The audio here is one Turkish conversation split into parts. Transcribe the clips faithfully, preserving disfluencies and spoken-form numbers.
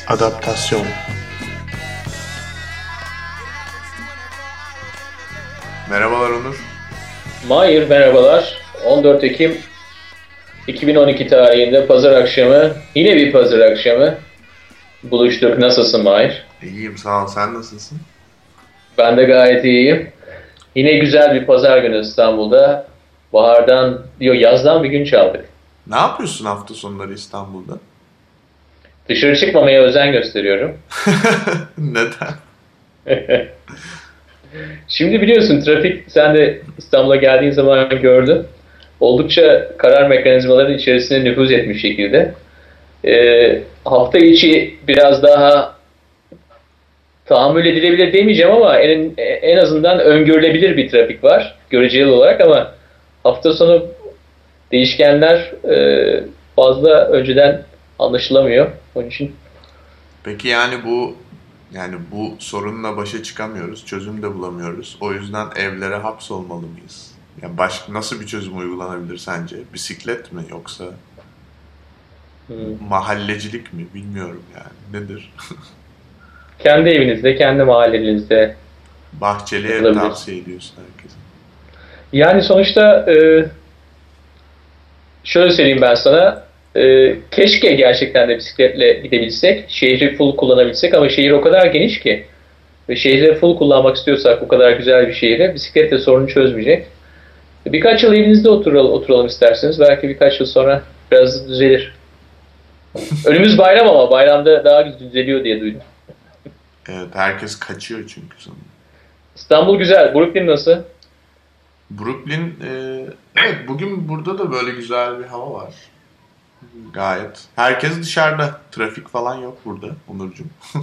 Adaptasyon. Merhabalar Onur. Mahir merhabalar. on dört Ekim iki bin on iki tarihinde pazar akşamı, yine bir pazar akşamı buluştuk. Nasılsın Mahir? İyiyim sağ ol. Sen nasılsın? Ben de gayet iyiyim. Yine güzel bir pazar günü İstanbul'da. Bahardan, yok yazdan bir gün çaldık. Ne yapıyorsun hafta sonları İstanbul'da? Dışarı çıkmamaya özen gösteriyorum. Neden? Şimdi biliyorsun trafik, sen de İstanbul'a geldiğin zaman gördün. Oldukça karar mekanizmalarının içerisine nüfuz etmiş şekilde. Ee, hafta içi biraz daha tahammül edilebilir demeyeceğim ama en, en azından öngörülebilir bir trafik var göreceli olarak, ama hafta sonu değişkenler e, fazla önceden anlaşılamıyor. Onun için Peki yani bu yani bu sorunla başa çıkamıyoruz, çözüm de bulamıyoruz. O yüzden evlere hapsolmalı mıyız? Yani baş, nasıl bir çözüm uygulanabilir sence? Bisiklet mi yoksa hmm. mahallecilik mi? Bilmiyorum yani. Nedir? kendi evinizde, kendi mahallenizde Bahçeli ev olabilir. tavsiye ediyorsun herkese. Yani sonuçta e, şöyle söyleyeyim ben sana. E, keşke gerçekten de bisikletle gidebilsek, şehri full kullanabilsek, ama şehir o kadar geniş ki ve şehri full kullanmak istiyorsak bu kadar güzel bir şehri, bisiklet de sorunu çözmeyecek. Birkaç yıl evinizde oturalım, oturalım isterseniz. Belki birkaç yıl sonra biraz düzelir. Önümüz bayram, ama bayramda daha düzeliyor diye duydum. Evet, herkes kaçıyor çünkü sonra. İstanbul güzel. Brooklyn nasıl? Brooklyn, e, evet bugün burada da böyle güzel bir hava var. Gayet. Herkes dışarıda. Trafik falan yok burada Onurcuğum.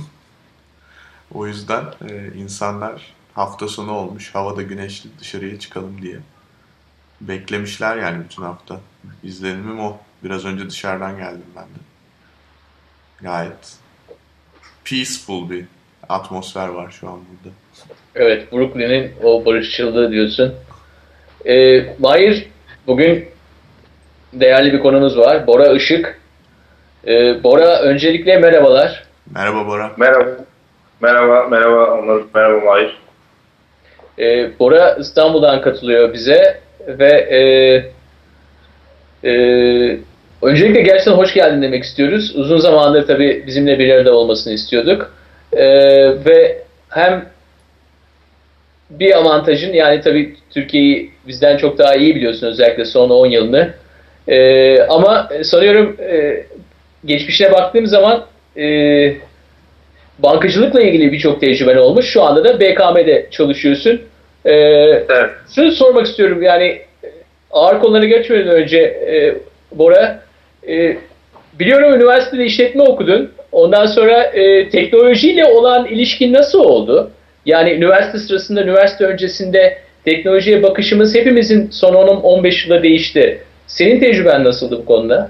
O yüzden e, insanlar hafta sonu olmuş, havada güneşli, dışarıya çıkalım diye beklemişler yani bütün hafta. İzlenimim o. Biraz önce dışarıdan geldim ben de. Gayet peaceful bir atmosfer var şu an burada. Evet, Brooklyn'in o barışçılığı diyorsun. Ee, Mahir, bugün değerli bir konumuz var. Bora Işık. Ee, Bora, öncelikle merhabalar. Merhaba Bora. Merhaba. Merhaba, merhaba Onur, merhaba Mahir. Ee, Bora İstanbul'dan katılıyor bize ve e, e, öncelikle gerçekten hoş geldin demek istiyoruz. Uzun zamandır tabii bizimle bir arada olmasını istiyorduk. Ee, ve hem bir avantajın, yani tabii Türkiye'yi bizden çok daha iyi biliyorsun, özellikle son on yılını. Ee, ama sanıyorum e, geçmişine baktığım zaman e, bankacılıkla ilgili birçok tecrüben olmuş. Şu anda da B K M'de çalışıyorsun. Ee, Evet. Şunu sormak istiyorum, yani ağır konulara geçmeden önce e, Bora, e, biliyorum üniversitede işletme okudun. Ondan sonra e, teknolojiyle olan ilişkin nasıl oldu? Yani üniversite sırasında, üniversite öncesinde teknolojiye bakışımız hepimizin son on on beş yılda değişti. Senin tecrüben nasıldı bu konuda?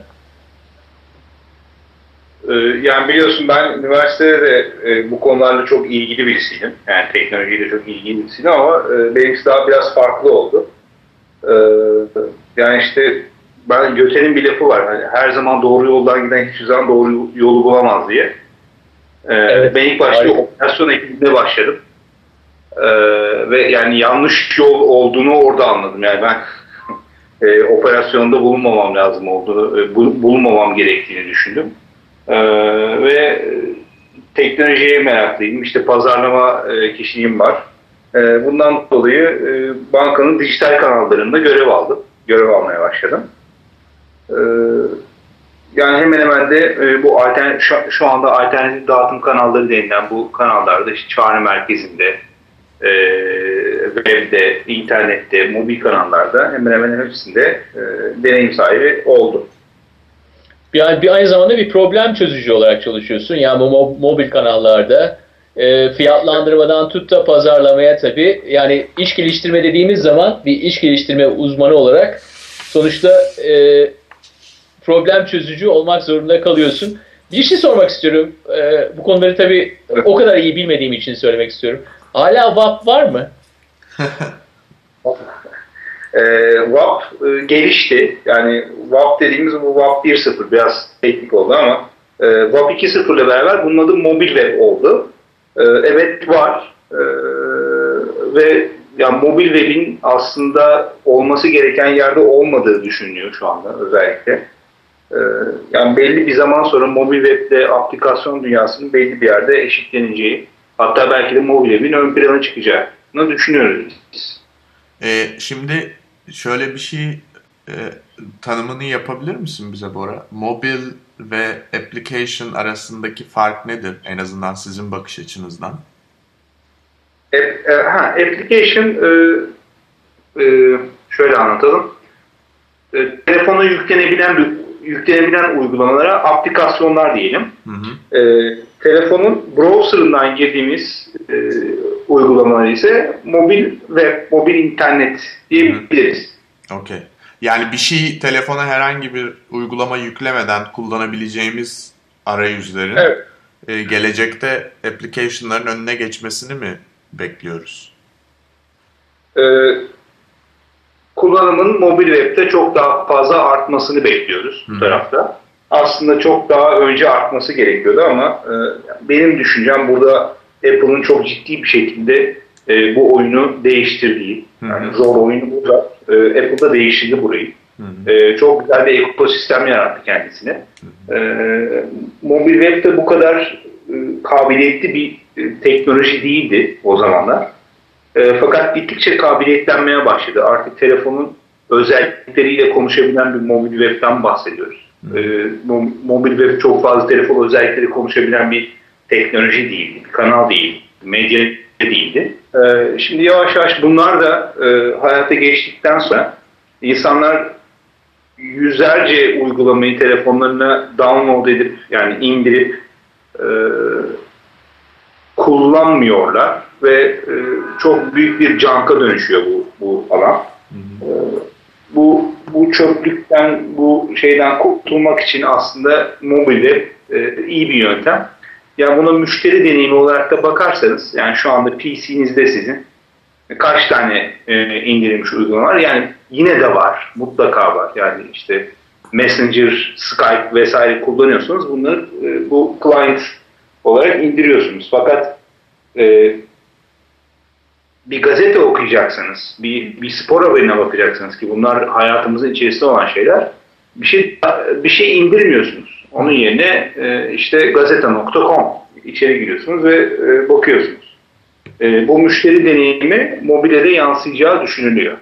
Ee, yani biliyorsun ben üniversitede de e, bu konularla çok ilgili birisiydim. Yani teknolojiyle çok ilgili birisiydim ama e, benimkisi daha biraz farklı oldu. Ee, yani işte ben Göte'nin bir lafı var. Hani her zaman doğru yoldan giden hiçbir zaman doğru yolu bulamaz diye. Ee, Evet, ben ilk başta harika. operasyon ekibinde başladım. Ee, ve yani yanlış yol olduğunu orada anladım. Yani ben e, operasyonda bulunmamam lazım olduğunu, e, bul- bulunmamam gerektiğini düşündüm. Ee, ve teknolojiye meraklıyım. İşte pazarlama e, kişiliğim var. E, bundan dolayı e, bankanın dijital kanallarında görev aldım. Görev almaya başladım. E, yani hemen hemen de e, bu altern şu, şu anda alternatif dağıtım kanalları denilen bu kanallarda işte çağrı merkezinde, e, webde, internette, mobil kanallarda hemen hemen hepsinde e, deneyim sahibi oldum. Yani bir aynı zamanda bir problem çözücü olarak çalışıyorsun. Yani bu mo- mobil kanallarda e, fiyatlandırmadan tut da pazarlamaya tabii. Yani iş geliştirme dediğimiz zaman bir iş geliştirme uzmanı olarak sonuçta e, problem çözücü olmak zorunda kalıyorsun. Bir şey sormak istiyorum. E, bu konuları tabii o kadar iyi bilmediğim için söylemek istiyorum. Hala W A P var mı? E, W A P e, gelişti. Yani W A P dediğimiz bu W A P bir nokta sıfır biraz teknik oldu ama E, Web iki nokta sıfır ile beraber bunun adı mobil web oldu. E, evet var. E, ve yani mobil web'in aslında olması gereken yerde olmadığı düşünülüyor şu anda özellikle. E, yani belli bir zaman sonra mobil web'de aplikasyon dünyasının belli bir yerde eşitleneceği, hatta belki de mobil web'in ön plana çıkacağını düşünüyoruz biz. E, şimdi şöyle bir şey e, tanımını yapabilir misin bize Bora? Mobil ve application arasındaki fark nedir? En azından sizin bakış açınızdan. App, e, ha, application e, e, şöyle anlatalım. E, telefona yüklenebilen yüklenebilen uygulamalara aplikasyonlar diyelim. Hı hı. E, telefonun browser'ından girdiğimiz e, uygulamalar ise mobil web, mobil internet diyebiliriz. Okey. Yani bir şey telefona herhangi bir uygulama yüklemeden kullanabileceğimiz arayüzlerin evet. e, gelecekte application'ların önüne geçmesini mi bekliyoruz? Ee, kullanımın mobil web'de çok daha fazla artmasını bekliyoruz bu tarafta. Aslında çok daha önce artması gerekiyordu ama e, benim düşüncem burada Apple'ın çok ciddi bir şekilde e, bu oyunu değiştirdiği. Yani zor oyunu burada. E, Apple'da değiştirdi burayı. E, çok güzel bir ekosistem yarattı kendisine. E, mobil web'de bu kadar e, kabiliyetli bir e, teknoloji değildi o zamanlar. E, fakat gittikçe kabiliyetlenmeye başladı. Artık telefonun özellikleriyle konuşabilen bir mobil web'ten bahsediyoruz. E, mobil web çok fazla telefon özellikleri konuşabilen bir teknoloji değildi, bir kanal değil, medya değildi. E, şimdi yavaş yavaş bunlar da e, hayata geçtikten sonra insanlar yüzlerce uygulamayı telefonlarına download edip yani indirip e, kullanmıyorlar ve e, çok büyük bir canka dönüşüyor bu bu alan. Hı hı. E, bu bu çöplükten, bu şeyden kurtulmak için aslında mobil web e, iyi bir yöntem. Yani buna müşteri deneyimi olarak da bakarsanız, yani şu anda P C'nizde sizin kaç tane e, indirilmiş uygulama var? Yani yine de var, mutlaka var. Yani işte Messenger, Skype vesaire kullanıyorsunuz. Bunları e, bu client olarak indiriyorsunuz. Fakat e, bir gazete okuyacaksanız, bir, bir spor haberine bakacaksınız ki bunlar hayatımızın içerisinde olan şeyler, bir şey bir şey indirmiyorsunuz. Onun yerine e, işte gazete nokta com içeri giriyorsunuz ve e, bakıyorsunuz. E, bu müşteri deneyimi mobile de yansıyacağı düşünülüyor.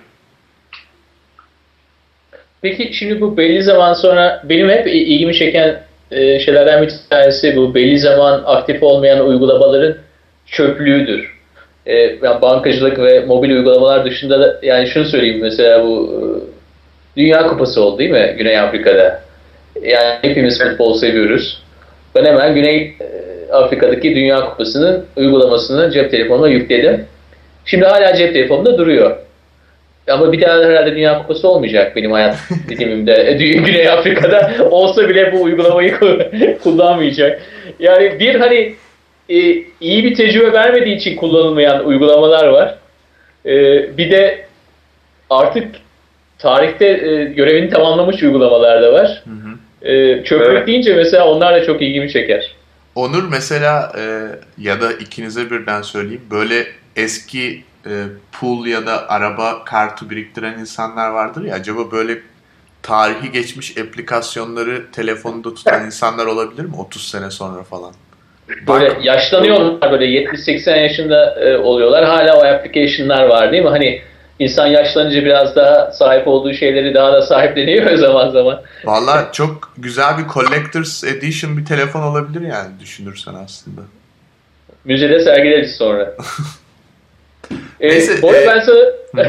Peki şimdi bu belli zaman sonra benim hep ilgimi çeken e, şeylerden bir tanesi bu belli zaman aktif olmayan uygulamaların çöplüğüdür. E, yani bankacılık ve mobil uygulamalar dışında da yani şunu söyleyeyim mesela bu e, Dünya Kupası oldu değil mi Güney Afrika'da? Yani hepimiz futbol seviyoruz. Ben hemen Güney Afrika'daki Dünya Kupası'nın uygulamasını cep telefonuma yükledim. Şimdi hala cep telefonumda duruyor. Ama bir daha herhalde Dünya Kupası olmayacak benim hayat dilimimde. Güney Afrika'da olsa bile bu uygulamayı kullanmayacak. Yani bir hani e, iyi bir tecrübe vermediği için kullanılmayan uygulamalar var. E, bir de artık tarihte e, görevini tamamlamış uygulamalar da var. Hı hı. E, çöplük evet. deyince mesela onlar da çok ilgimi çeker. Onur mesela e, ya da ikinize birden söyleyeyim. Böyle eski e, pool ya da araba kartı biriktiren insanlar vardır ya. Acaba böyle tarihi geçmiş aplikasyonları telefonunda tutan insanlar olabilir mi? otuz sene sonra falan. Böyle Bak, yaşlanıyorlar, böyle yetmiş seksen yaşında e, oluyorlar. Hala o application'lar var değil mi? Hani İnsan yaşlanınca biraz daha sahip olduğu şeyleri daha da sahipleniyor zaman zaman. Vallahi çok güzel bir Collector's Edition bir telefon olabilir yani düşünürsen aslında. Müzede sergileriz sonra. Neyse. ee, bu arada e... ben sana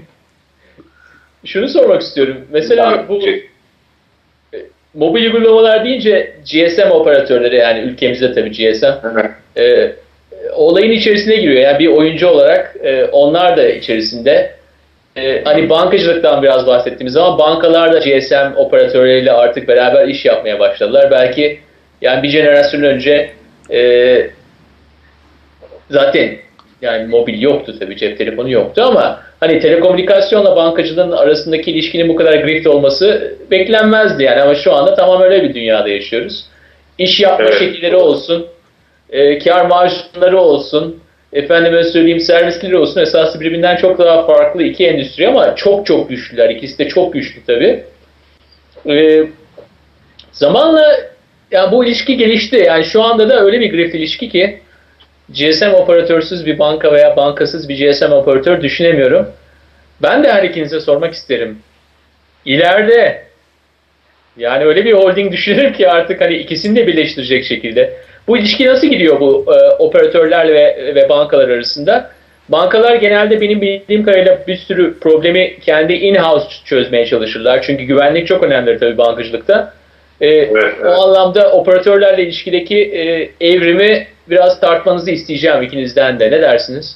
şunu sormak istiyorum. Mesela bu mobil uygulamalar deyince G S M operatörleri, yani ülkemizde tabii G S M e, olayın içerisine giriyor. Yani bir oyuncu olarak e, onlar da içerisinde. E, hani bankacılıktan biraz bahsettiğimiz zaman bankalar da G S M operatörleriyle artık beraber iş yapmaya başladılar. Belki yani bir jenerasyon önce e, zaten yani mobil yoktu tabii, cep telefonu yoktu ama hani telekomünikasyonla bankacılığın arasındaki ilişkinin bu kadar grift olması beklenmezdi yani, ama şu anda tamam öyle bir dünyada yaşıyoruz. iş yapma Evet. şekilleri olsun, e, kar marjları olsun, efendime söyleyeyim servisleri olsun, esası birbirinden çok daha farklı iki endüstri ama çok çok güçlüler. İkisi de çok güçlü tabii. E, zamanla yani bu ilişki gelişti. Yani şu anda da öyle bir grift ilişki ki G S M operatörsüz bir banka veya bankasız bir G S M operatör düşünemiyorum. Ben de her ikinize sormak isterim. İleride yani öyle bir holding düşünürüm ki artık hani ikisini de birleştirecek şekilde. Bu ilişki nasıl gidiyor bu e, operatörler ve, ve bankalar arasında? Bankalar genelde benim bildiğim kadarıyla bir sürü problemi kendi in-house çözmeye çalışırlar. Çünkü güvenlik çok önemlidir tabii bankacılıkta. E, Evet, evet. O anlamda operatörlerle ilişkideki e, evrimi biraz tartmanızı isteyeceğim ikinizden de. Ne dersiniz?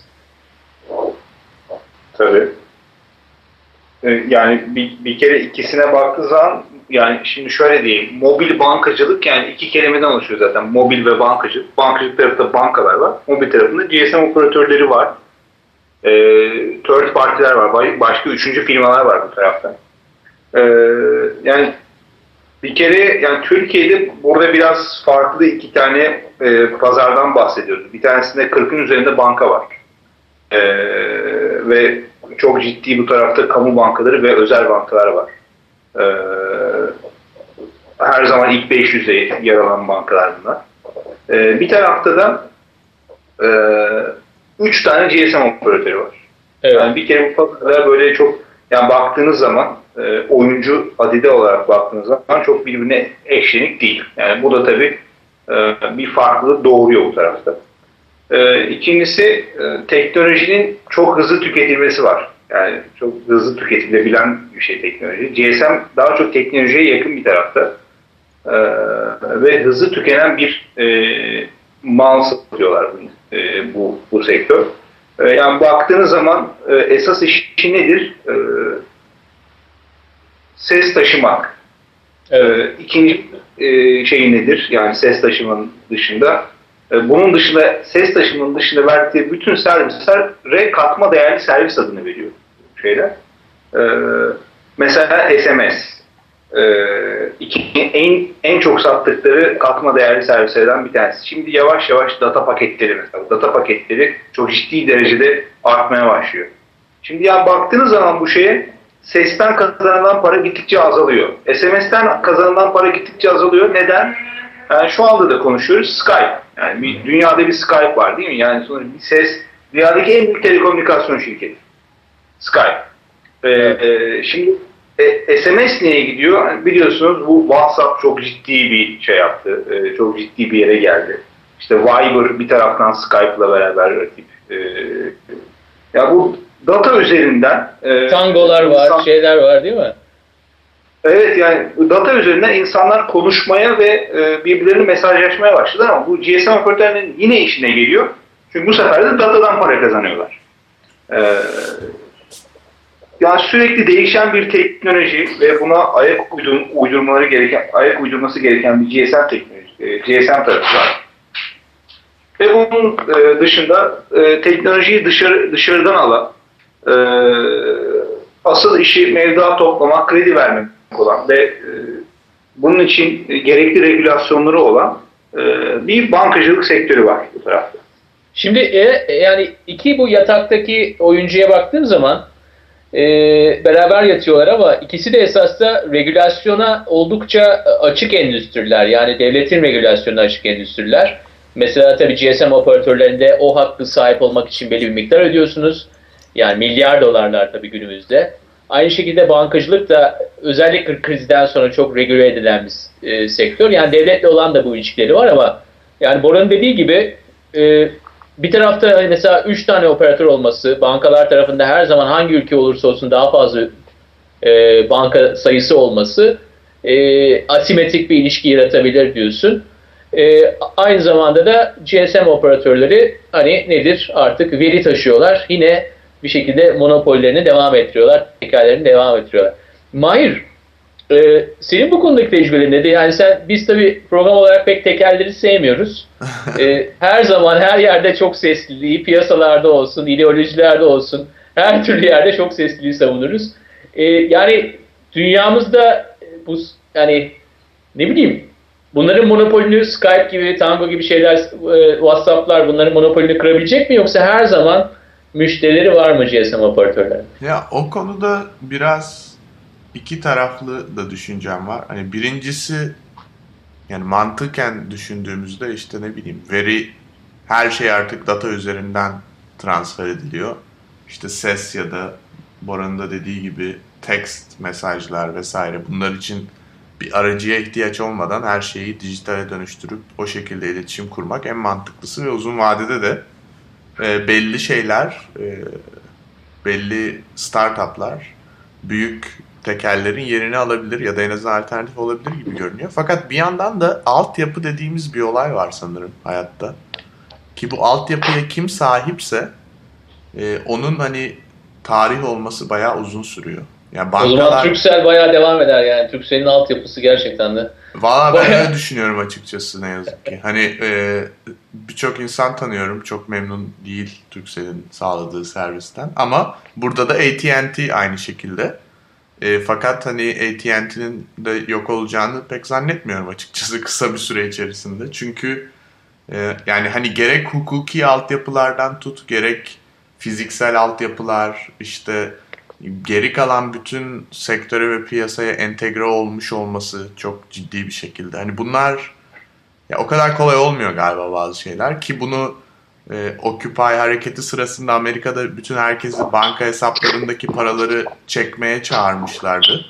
Tabii. Ee, Yani bir, bir kere ikisine baktığı zaman yani şimdi şöyle diyeyim. Mobil bankacılık yani iki kelimeden oluşuyor zaten. Mobil ve bankacılık. Bankacılık tarafında bankalar var. Mobil tarafında G S M operatörleri var. Ee, third partiler var. Başka üçüncü firmalar var bu tarafta. Ee, yani bir kere yani Türkiye'de burada biraz farklı iki tane e, pazardan bahsediyoruz. Bir tanesinde kırkın üzerinde banka var. Ee, ve çok ciddi bu tarafta kamu bankaları ve özel bankalar var. Ee, her zaman ilk beş yüze yer alan bankalar bunlar. Ee, bir tarafta da e, üç tane G S M operatörü var. Evet. Yani bir kere bu pazarda böyle çok yani baktığınız zaman e, oyuncu adide olarak baktığınız zaman çok birbirine eşlenik değil. Yani bu da tabii e, bir farklılık doğuruyor bu tarafta. E, ikincisi e, teknolojinin çok hızlı tüketilmesi var. Yani çok hızlı tüketilebilen bir şey teknoloji. G S M daha çok teknolojiye yakın bir tarafta. E, ve hızlı tükenen bir e, mal satıyorlar bu, e, bu, bu sektör. E, yani baktığınız zaman e, esas işi nedir? E, ses taşımak. Evet. E, ikinci e, şey nedir? Yani ses taşımanın dışında. E, bunun dışında, ses taşımanın dışında verdikleri bütün servislere katma değerli servis adını veriyor şeyler. E, mesela S M S. E, iki, en, en çok sattıkları katma değerli servislerden bir tanesi. Şimdi yavaş yavaş data paketleri mesela. Data paketleri çok ciddi derecede artmaya başlıyor. Şimdi ya baktığınız zaman bu şeye sesten kazanılan para gittikçe azalıyor. S M S'ten kazanılan para gittikçe azalıyor. Neden? Yani şu anda da konuşuyoruz. Skype. Yani bir, dünyada bir Skype var değil mi? Yani sonuçta bir ses dünyadaki en büyük telekomünikasyon şirketi. Skype. Ee, e, şimdi e, S M S neye gidiyor? Yani biliyorsunuz bu WhatsApp çok ciddi bir şey yaptı. E, çok ciddi bir yere geldi. İşte Viber bir taraftan Skype'la beraber rakip. E, ya bu data üzerinden e, Tangolar var, insan, şeyler var değil mi? Evet yani data üzerinden insanlar konuşmaya ve e, birbirlerini mesajlaşmaya başladı ama bu G S M operatörlerinin yine işine geliyor. Çünkü bu sefer de datadan para kazanıyorlar. E, yani sürekli değişen bir teknoloji ve buna ayak uydurm uydurmaları gereken, ayak uydurması gereken bir G S M teknoloji, e, G S M tarafı var. Ve bunun e, dışında e, teknolojiyi dışarı, dışarıdan alan, e, asıl işi mevduat toplamak, kredi vermek olan ve e, bunun için gerekli regülasyonları olan e, bir bankacılık sektörü var bu tarafta. Şimdi e, yani iki bu yataktaki oyuncuya baktığım zaman e, beraber yatıyorlar ama ikisi de esasda regülasyona oldukça açık endüstriler. Yani devletin regülasyonuna açık endüstriler. Mesela tabii G S M operatörlerinde o hakkı sahip olmak için belli bir miktar ödüyorsunuz. Yani milyar dolarlar tabii günümüzde. Aynı şekilde bankacılık da özellikle krizden sonra çok regüle edilen bir e, sektör. Yani devletle olan da bu ilişkileri var ama yani Bora'nın dediği gibi e, bir tarafta mesela üç tane operatör olması, bankalar tarafında her zaman hangi ülke olursa olsun daha fazla e, banka sayısı olması e, asimetrik bir ilişki yaratabilir diyorsun. E, aynı zamanda da G S M operatörleri hani nedir artık veri taşıyorlar. Yine bir şekilde monopollerini devam ettiriyorlar, tekerlerini devam ettiriyorlar. Mahir, e, senin bu konudaki tecrübelerin nedir? Yani sen, biz tabii program olarak pek tekerleri sevmiyoruz. E, her zaman, her yerde çok sesliliği, piyasalarda olsun, ideolojilerde olsun, her türlü yerde çok sesliliği savunuruz. E, yani dünyamızda bu, yani ne bileyim, bunların monopolünü Skype gibi, Tango gibi şeyler, e, WhatsApp'lar bunların monopolünü kırabilecek mi yoksa her zaman müşterileri var mı G S M operatörlerinin? Ya o konuda biraz iki taraflı da düşüncem var. Hani birincisi yani mantıken düşündüğümüzde işte ne bileyim veri her şey artık data üzerinden transfer ediliyor. İşte ses ya da Bora'nın da dediği gibi text mesajlar vesaire bunlar için bir aracıya ihtiyaç olmadan her şeyi dijitale dönüştürüp o şekilde iletişim kurmak en mantıklısı ve uzun vadede de e, belli şeyler, e, belli startuplar büyük tekellerin yerini alabilir ya da en azından alternatif olabilir gibi görünüyor. Fakat bir yandan da altyapı dediğimiz bir olay var sanırım hayatta. Ki bu altyapıya kim sahipse e, onun hani tarih olması bayağı uzun sürüyor. Yani bankalar... O zaman Turkcell bayağı devam eder yani. Turkcell'in altyapısı gerçekten de. Valla ben öyle düşünüyorum açıkçası ne yazık ki. Hani e, birçok insan tanıyorum. Çok memnun değil Turkcell'in sağladığı servisten. Ama burada da A T and T aynı şekilde. E, fakat hani A T and T'nin de yok olacağını pek zannetmiyorum açıkçası kısa bir süre içerisinde. Çünkü e, yani hani gerek hukuki altyapılardan tut, gerek fiziksel altyapılar, işte geri kalan bütün sektöre ve piyasaya entegre olmuş olması çok ciddi bir şekilde. Hani bunlar ya o kadar kolay olmuyor galiba bazı şeyler ki bunu e, Occupy hareketi sırasında Amerika'da bütün herkesi banka hesaplarındaki paraları çekmeye çağırmışlardı.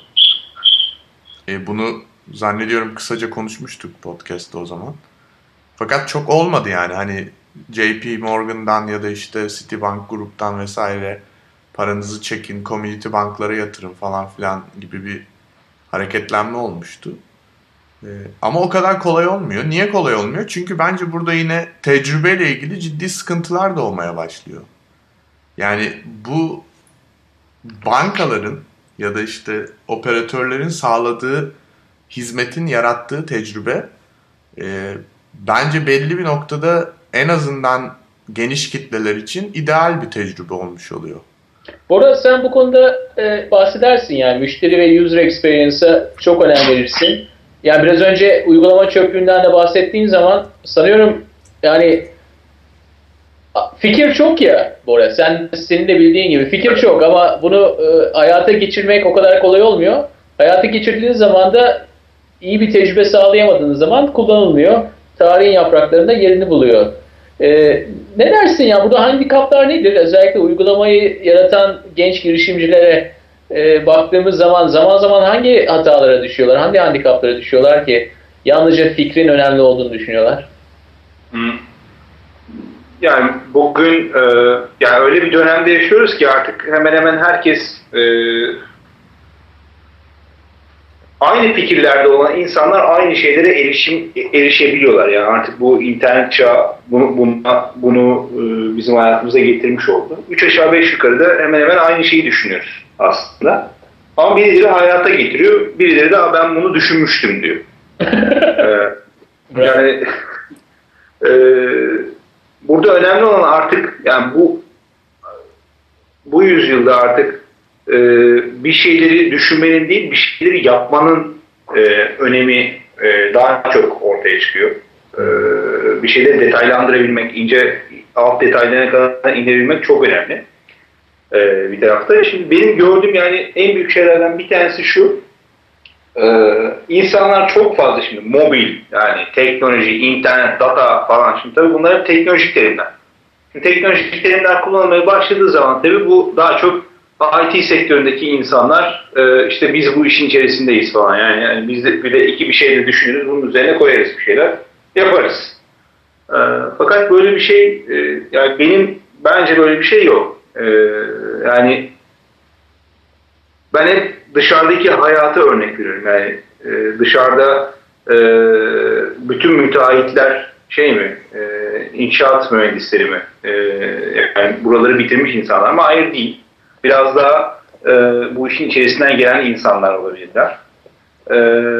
E, bunu zannediyorum kısaca konuşmuştuk podcast'ta o zaman. Fakat çok olmadı yani hani J P Morgan'dan ya da işte Citibank gruptan vesaire paranızı çekin, community banklara yatırın falan filan gibi bir hareketlenme olmuştu. Ee, ama o kadar kolay olmuyor. Niye kolay olmuyor? Çünkü bence burada yine tecrübeyle ilgili ciddi sıkıntılar da olmaya başlıyor. Yani bu bankaların ya da işte operatörlerin sağladığı hizmetin yarattığı tecrübe e, bence belli bir noktada en azından geniş kitleler için ideal bir tecrübe olmuş oluyor. Bora sen bu konuda e, bahsedersin yani müşteri ve user experience'a çok önem verirsin. Yani biraz önce uygulama çöplüğünden de bahsettiğin zaman sanıyorum yani fikir çok ya Bora. Sen senin de bildiğin gibi fikir çok ama bunu e, hayata geçirmek o kadar kolay olmuyor. Hayata geçirdiğiniz zaman da iyi bir tecrübe sağlayamadığınız zaman kullanılmıyor. Tarihin yapraklarında yerini buluyor. Ee, ne dersin ya? Burada handikaplar nedir? Özellikle uygulamayı yaratan genç girişimcilere e, baktığımız zaman zaman zaman hangi hatalara düşüyorlar? Hangi handikaplara düşüyorlar ki yalnızca fikrin önemli olduğunu düşünüyorlar? Hmm. Yani bugün e, yani öyle bir dönemde yaşıyoruz ki artık hemen hemen herkes e, aynı fikirlerde olan insanlar aynı şeylere erişim erişebiliyorlar. Yani artık bu internet çağı bunu buna, bunu e, bizim hayatımıza getirmiş oldu. Üç aşağı beş yukarıda hemen hemen aynı şeyi düşünüyoruz aslında. Ama birileri hayata getiriyor, birileri de ben bunu düşünmüştüm diyor. ee, yani e, burada önemli olan artık yani bu bu yüzyılda artık Ee, bir şeyleri düşünmenin değil, bir şeyleri yapmanın e, önemi e, daha çok ortaya çıkıyor. Ee, bir şeyleri detaylandırabilmek, ince alt detaylarına kadar inebilmek çok önemli. Ee, bir tarafta. Şimdi benim gördüğüm yani en büyük şeylerden bir tanesi şu. Ee, insanlar çok fazla şimdi mobil, yani teknoloji, internet, data falan. Şimdi tabii bunlar hep teknolojik terimler. Şimdi teknolojik terimler kullanılmaya başladığı zaman tabii bu daha çok I T sektöründeki insanlar e, işte biz bu işin içerisindeyiz falan yani, yani biz de bir de iki bir şey de düşünürüz, bunun üzerine koyarız bir şeyler yaparız. E, fakat böyle bir şey e, yani benim bence böyle bir şey yok. E, yani ben hep dışarıdaki hayata örnek veriyorum. Yani e, dışarıda e, bütün müteahhitler şey mi, e, inşaat mühendisleri mi, e, yani buraları bitirmiş insanlar mı? Hayır değil. Biraz daha e, bu işin içerisinden gelen insanlar olabilirler. E,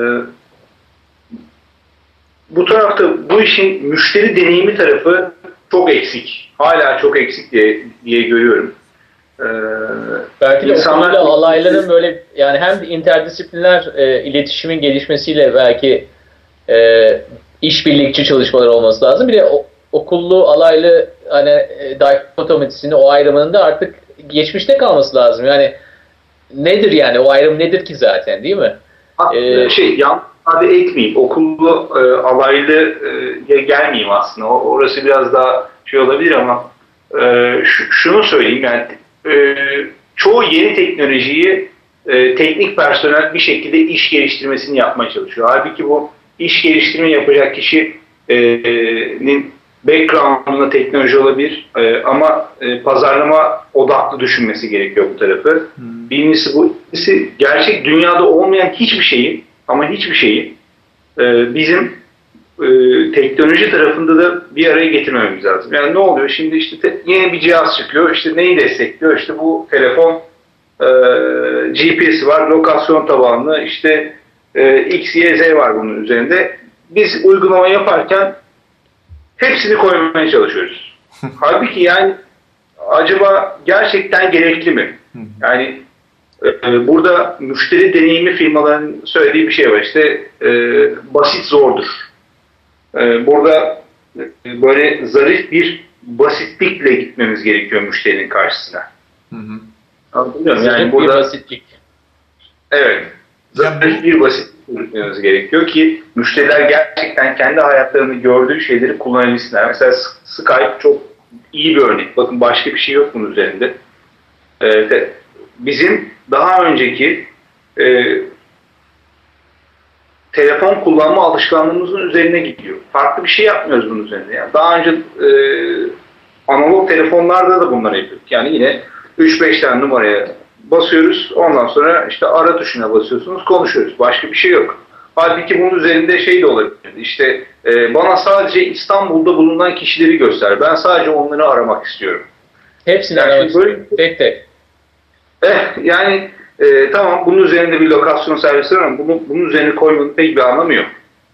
bu tarafta bu işin müşteri deneyimi tarafı çok eksik. Hala çok eksik diye, diye görüyorum. E, Belki de insanlar, okulda alayların böyle yani hem interdisipliner e, iletişimin gelişmesiyle belki e, işbirlikçi çalışmalar olması lazım. Bir de o, okullu, alaylı hani e, dikotomisini, o ayrımının da artık geçmişte kalması lazım. Yani nedir yani? O ayrım nedir ki zaten, değil mi? Ee, şey, yan ifade etmeyeyim. Okullu, e, alaylıya gelmeyeyim aslında. O, orası biraz daha şey olabilir ama e, şu, şunu söyleyeyim. Yani e, çoğu yeni teknolojiyi e, teknik personel bir şekilde iş geliştirmesini yapmaya çalışıyor. Halbuki bu iş geliştirme yapacak kişinin background'unda teknoloji olabilir e, ama e, pazarlama odaklı düşünmesi gerekiyor bu tarafı. Hmm. Birincisi bu. İkincisi gerçek dünyada olmayan hiçbir şeyi ama hiçbir şeyi e, bizim e, teknoloji tarafında da bir araya getirmemiz lazım. Yani ne oluyor? Şimdi işte te, yeni bir cihaz çıkıyor. İşte neyi destekliyor? İşte bu telefon e, G P S'i var, lokasyon tabanlı, işte e, X, Y, Z var bunun üzerinde. Biz uygulama yaparken hepsini koymaya çalışıyoruz. Halbuki yani acaba gerçekten gerekli mi? Yani e, burada müşteri deneyimi firmaların söylediği bir şey var. İşte e, basit zordur. E, burada e, böyle zarif bir basitlikle gitmemiz gerekiyor müşterinin karşısına. Hı hı. Anlatabiliyor muyum? Yani burada, bir basitlik. Evet. Zarif bir basitlik gitmemiz gerekiyor ki müşteriler gerçekten kendi hayatlarını gördüğü şeyleri kullanabilsinler. Mesela Skype çok iyi bir örnek. Bakın başka bir şey yok bunun üzerinde. Ee, bizim daha önceki e, telefon kullanma alışkanlığımızın üzerine gidiyor. Farklı bir şey yapmıyoruz bunun üzerinde. Yani daha önce e, analog telefonlarda da bunları yapıyorduk. Yani yine üç beş tane numaraya basıyoruz. Ondan sonra işte ara tuşuna basıyorsunuz, konuşuyoruz. Başka bir şey yok. Halbuki bunun üzerinde şey de olabilir. İşte e, bana sadece İstanbul'da bulunan kişileri göster. Ben sadece onları aramak istiyorum. Hepsini yani aramak böyle, istiyorum. Tek tek. Eh, yani e, tamam bunun üzerinde bir lokasyon servisi var ama bunu, bunun üzerine koymanın pek bir anlamı yok.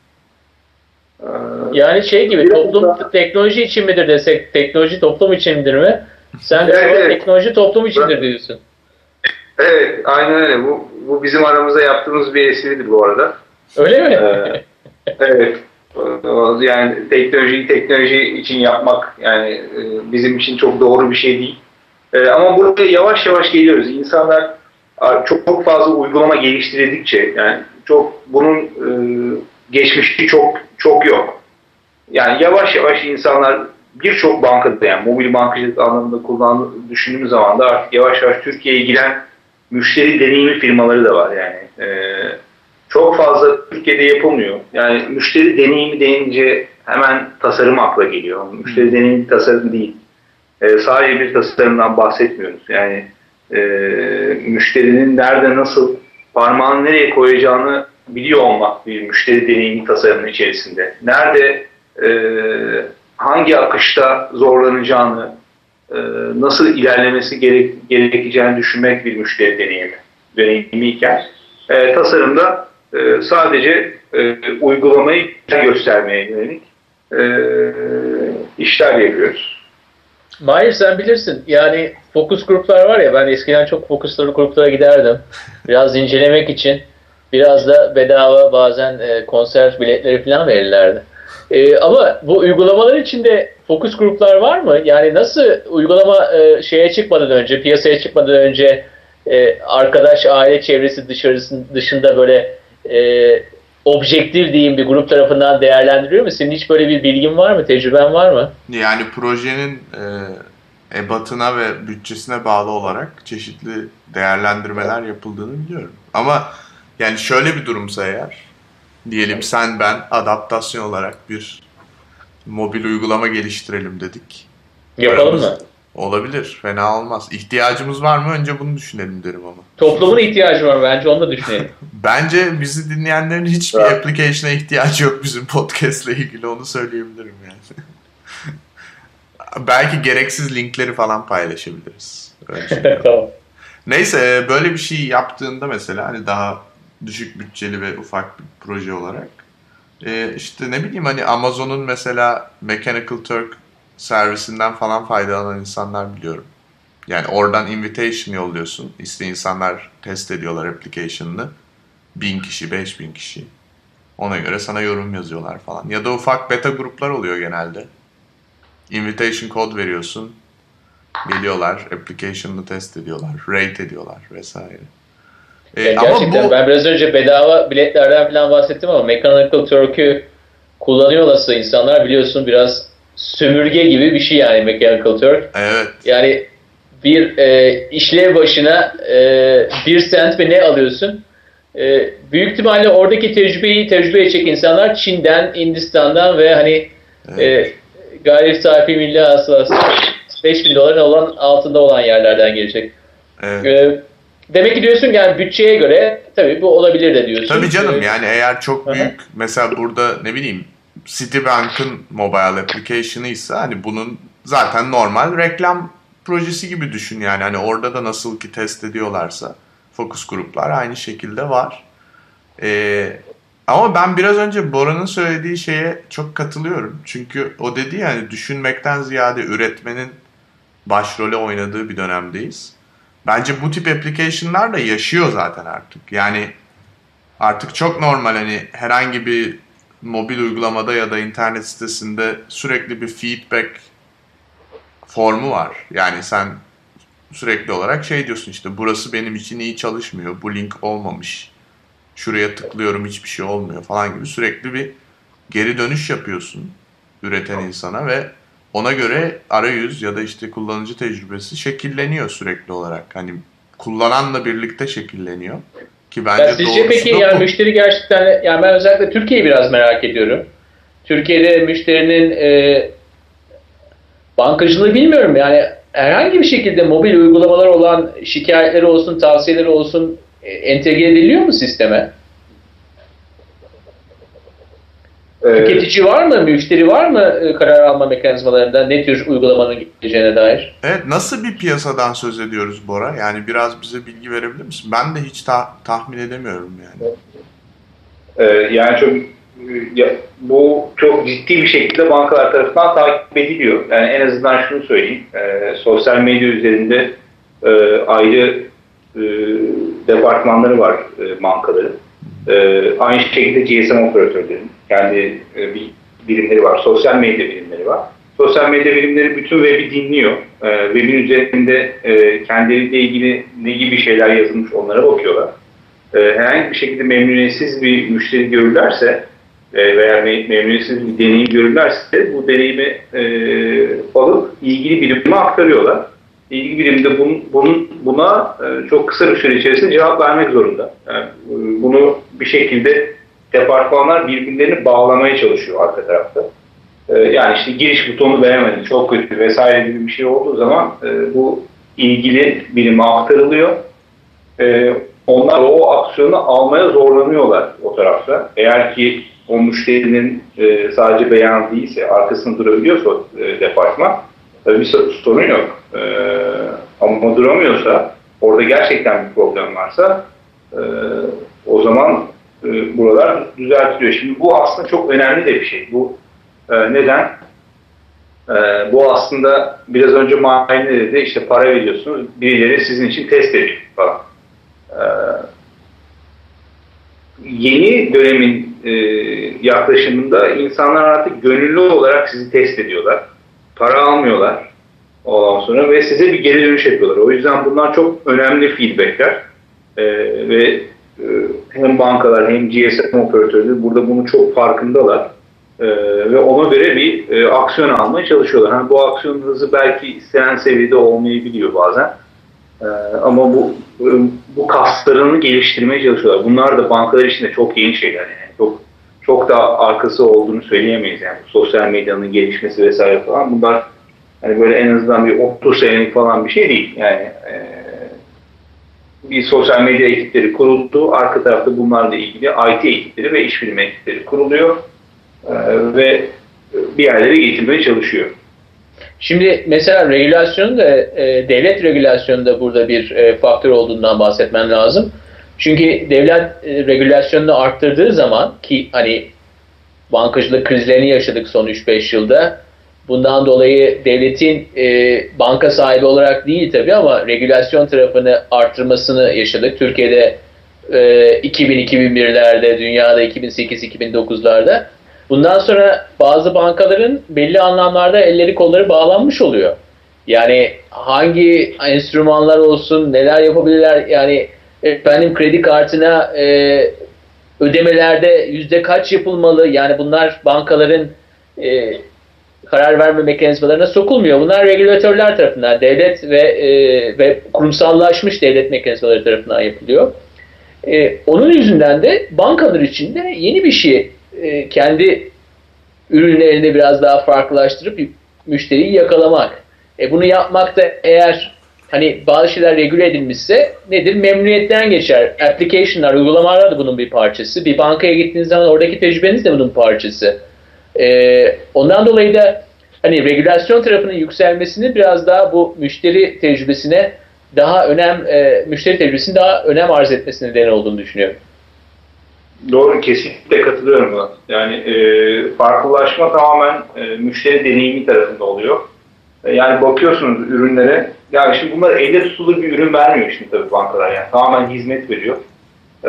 Ee, yani şey gibi toplum da, teknoloji için midir desek, teknoloji toplum için midir mi? Sen de evet, evet. Teknoloji toplum içindir diyorsun. Evet, aynen öyle. Bu, bu bizim aramızda yaptığımız bir espridir bu arada. Öyle mi? Ee, evet. Yani teknolojiyi teknoloji için yapmak yani bizim için çok doğru bir şey değil. Ee, ama buraya yavaş yavaş geliyoruz. İnsanlar çok, çok fazla uygulama geliştirdikçe yani çok bunun e, geçmişi çok çok yok. Yani yavaş yavaş insanlar birçok bankada yani mobil bankacılık anlamında kullandığını düşündüğümüz zaman da artık yavaş yavaş Türkiye'ye giren müşteri deneyimi firmaları da var yani. Ee, çok fazla Türkiye'de yapılmıyor. Yani müşteri deneyimi deyince hemen tasarım akla geliyor. Müşteri hmm. deneyimi tasarım değil. Ee, sadece bir tasarımdan bahsetmiyoruz. Yani e, müşterinin nerede nasıl parmağını nereye koyacağını biliyor olmak bir müşteri deneyimi tasarımının içerisinde. Nerede e, hangi akışta zorlanacağını, e, nasıl ilerlemesi gerek, gerekeceğini düşünmek bir müşteri deneyimi. Deneyimiyken e, tasarımda e, sadece e, uygulamayı göstermeye yönelik e, işler yapıyoruz. Mahir sen bilirsin yani fokus gruplar var ya ben eskiden çok fokusları gruplara giderdim. Biraz incelemek için biraz da bedava bazen e, konser biletleri falan verirlerdi. E, ama bu uygulamalar içinde fokus gruplar var mı? Yani nasıl uygulama e, şeye çıkmadan önce, piyasaya çıkmadan önce e, arkadaş, aile çevresi dışarısında, dışında böyle e, objektif diyeyim bir grup tarafından değerlendiriliyor mu? Senin hiç böyle bir bilgin var mı? Tecrüben var mı? Yani projenin e, ebatına ve bütçesine bağlı olarak çeşitli değerlendirmeler yapıldığını biliyorum. Ama yani şöyle bir durumsa eğer, diyelim sen ben adaptasyon olarak bir mobil uygulama geliştirelim dedik. Yapalım Aramız, mı? Olabilir. Fena olmaz. İhtiyacımız var mı? Önce bunu düşünelim derim ama. Toplumun ihtiyacı var bence onu da düşünelim. Bence bizi dinleyenlerin hiçbir evet. application'a ihtiyacı yok bizim podcast'le ilgili onu söyleyebilirim yani. Belki gereksiz linkleri falan paylaşabiliriz. Tamam. Neyse böyle bir şey yaptığında mesela hani daha düşük bütçeli ve ufak bir proje olarak e, işte ne bileyim hani Amazon'un mesela Mechanical Turk servisinden falan faydalanan insanlar biliyorum. Yani oradan invitation yolluyorsun. İşte insanlar test ediyorlar application'ını. Bin kişi, beş bin kişi. Ona göre sana yorum yazıyorlar falan. Ya da ufak beta gruplar oluyor genelde. Invitation code veriyorsun. Geliyorlar, application'ını test ediyorlar, rate ediyorlar vesaire. Ee, yani gerçekten ama bu... ben biraz önce bedava biletlerden falan bahsettim ama Mechanical Turk'ü kullanıyor olası insanlar biliyorsun biraz sömürge gibi bir şey yani Mechanical Turk. Evet. Yani bir e, işlev başına e, bir sent mi ne alıyorsun? E, büyük ihtimalle oradaki tecrübeyi tecrübe edecek insanlar Çin'den, Hindistan'dan ve hani evet. e, gayri safi milli hasılası beş bin doların olan altında olan yerlerden gelecek. Evet. E, demek ki diyorsun yani bütçeye göre tabii bu olabilir de diyorsun. Tabii canım ee, yani eğer çok büyük aha. Mesela burada ne bileyim Citibank'ın mobile application'ı ise hani bunun zaten normal reklam projesi gibi düşün yani hani orada da nasıl ki test ediyorlarsa focus gruplar aynı şekilde var. Ee, ama ben biraz önce Bora'nın söylediği şeye çok katılıyorum. Çünkü o dedi ya hani düşünmekten ziyade üretmenin başrole oynadığı bir dönemdeyiz. Bence bu tip application'lar da yaşıyor zaten artık. Yani artık çok normal hani herhangi bir mobil uygulamada ya da internet sitesinde sürekli bir feedback formu var. Yani sen sürekli olarak şey diyorsun işte burası benim için iyi çalışmıyor, bu link olmamış, şuraya tıklıyorum hiçbir şey olmuyor falan gibi sürekli bir geri dönüş yapıyorsun üreten insana ve ona göre arayüz ya da işte kullanıcı tecrübesi şekilleniyor sürekli olarak. Hani kullananla birlikte şekilleniyor. Ki bence ya sizce peki yani bu. Müşteri gerçekten yani ben özellikle Türkiye'yi biraz merak ediyorum. Türkiye'de müşterinin e, bankacılığı bilmiyorum yani herhangi bir şekilde mobil uygulamalar olan şikayetleri olsun, tavsiyeleri olsun e, entegre ediliyor mu sisteme? Evet. Tüketici var mı? Müşteri var mı e, karar alma mekanizmalarında ne tür uygulamanın geleceğine dair? Evet. Nasıl bir piyasadan söz ediyoruz Bora? Yani biraz bize bilgi verebilir misin? Ben de hiç ta- tahmin edemiyorum yani. Ee, yani çok ya, bu çok ciddi bir şekilde bankalar tarafından takip ediliyor. Yani en azından şunu söyleyeyim. E, sosyal medya üzerinde e, ayrı e, departmanları var e, bankaların. E, aynı şekilde G S M operatörlerinin kendi e, bir birimleri var. Sosyal medya birimleri var. Sosyal medya birimleri bütün web'i dinliyor. E, web'in üzerinde e, kendileriyle ilgili ne gibi şeyler yazılmış onlara bakıyorlar. E, herhangi bir şekilde memnuniyetsiz bir müşteri görürlerse e, veya memnuniyetsiz bir deneyim görürlerse bu deneyimi e, alıp ilgili birime aktarıyorlar. İlgili birim de bunun, bunun, buna e, çok kısa bir süre içerisinde cevap vermek zorunda. Yani, e, bunu bir şekilde departmanlar birbirlerini bağlamaya çalışıyor arka tarafta. E, yani işte giriş butonu beğenmedi, çok kötü vesaire gibi bir şey olduğu zaman e, bu ilgili birime aktarılıyor. E, onlar o aksiyonu almaya zorlanıyorlar o tarafta. Eğer ki o müşterinin e, sadece beyan değilse, arkasında durabiliyorsa e, departman, tabii bir sorun yok. E, ama duramıyorsa, orada gerçekten bir problem varsa e, o zaman e, buralar düzeltiliyor. Şimdi bu aslında çok önemli de bir şey. Bu e, neden? E, bu aslında biraz önce Mahir dedi, işte para veriyorsunuz, birileri sizin için test ediyor falan. E, yeni dönemin e, yaklaşımında insanlar artık gönüllü olarak sizi test ediyorlar. Para almıyorlar ondan sonra ve size bir geri dönüş yapıyorlar. O yüzden bunlar çok önemli feedbackler. E, ve e, hem bankalar hem G S M operatörleri burada bunun çok farkındalar. E, ve ona göre bir e, aksiyon almaya çalışıyorlar. Yani bu aksiyon hızı belki istenen seviyede olmayabiliyor bazen. E, ama bu bu kaslarını geliştirmeye çalışıyorlar. Bunlar da bankalar için de çok yeni şeyler. Yani çok çok da arkası olduğunu söyleyemeyiz yani. Sosyal medyanın gelişmesi vesaire falan. Bunlar hani böyle en azından bir otuz senelik falan bir şey değil. Yani e, bir sosyal medya ekipleri kuruldu. Arka tarafta bunlarla ilgili I T ekipleri ve iş bilimi ekipleri kuruluyor. E, ve bir yerlere getirmeye çalışıyor. Şimdi mesela regülasyonun da e, devlet regülasyonu da burada bir e, faktör olduğundan bahsetmem lazım. Çünkü devlet e, regülasyonunu arttırdığı zaman ki hani bankacılık krizlerini yaşadık son üç beş yılda. Bundan dolayı devletin e, banka sahibi olarak değil tabii ama regülasyon tarafını arttırmasını yaşadık. Türkiye'de e, iki bin iki bin birlerde, dünyada iki bin sekiz iki bin dokuzlarda. Bundan sonra bazı bankaların belli anlamlarda elleri kolları bağlanmış oluyor. Yani hangi enstrümanlar olsun, neler yapabilirler, yani efendim kredi kartına e, ödemelerde yüzde kaç yapılmalı, yani bunlar bankaların e, karar verme mekanizmalarına sokulmuyor. Bunlar regülatörler tarafından, devlet ve e, ve kurumsallaşmış devlet mekanizmaları tarafından yapılıyor. E, onun yüzünden de bankalar için de yeni bir şey, e, kendi ürünlerini biraz daha farklılaştırıp müşteriyi yakalamak. E, bunu yapmak da eğer hani bazı şeyler regüle edilmişse nedir? Memnuniyetten geçer. Application'lar, uygulamalar da bunun bir parçası. Bir bankaya gittiğiniz zaman oradaki tecrübeniz de bunun parçası. Ee, ondan dolayı da hani regülasyon tarafının yükselmesini biraz daha bu müşteri tecrübesine daha önem, e, müşteri tecrübesinin daha önem arz etmesine neden olduğunu düşünüyorum. Doğru, kesinlikle katılıyorum buna. Yani e, farklılaşma tamamen e, müşteri deneyimi tarafında oluyor. E, yani bakıyorsunuz ürünlere, yani şimdi bunlar elle tutulur bir ürün vermiyor şimdi tabii bankalar, yani tamamen hizmet veriyor. E,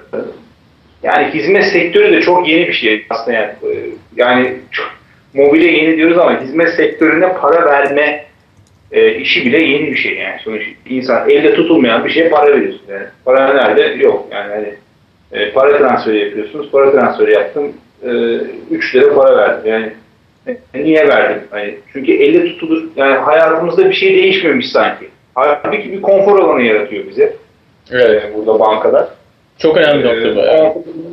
yani hizmet sektörü de çok yeni bir şey aslında, yani, e, yani çok, mobile yeni diyoruz ama hizmet sektörüne para verme e, işi bile yeni bir şey yani. Sonuçta insan elle tutulmayan bir şeye para veriyorsun yani. Para nerede? Yok yani. Hani, E, para transferi yapıyorsunuz. Para transferi yaptım. üç e, lira para verdim. Yani e, niye verdim? Hani, çünkü elle tutulur. Yani hayatımızda bir şey değişmemiş sanki. Halbuki bir konfor alanı yaratıyor bize. Evet. E, burada bankalar. Çok önemli bir nokta bu. Yani.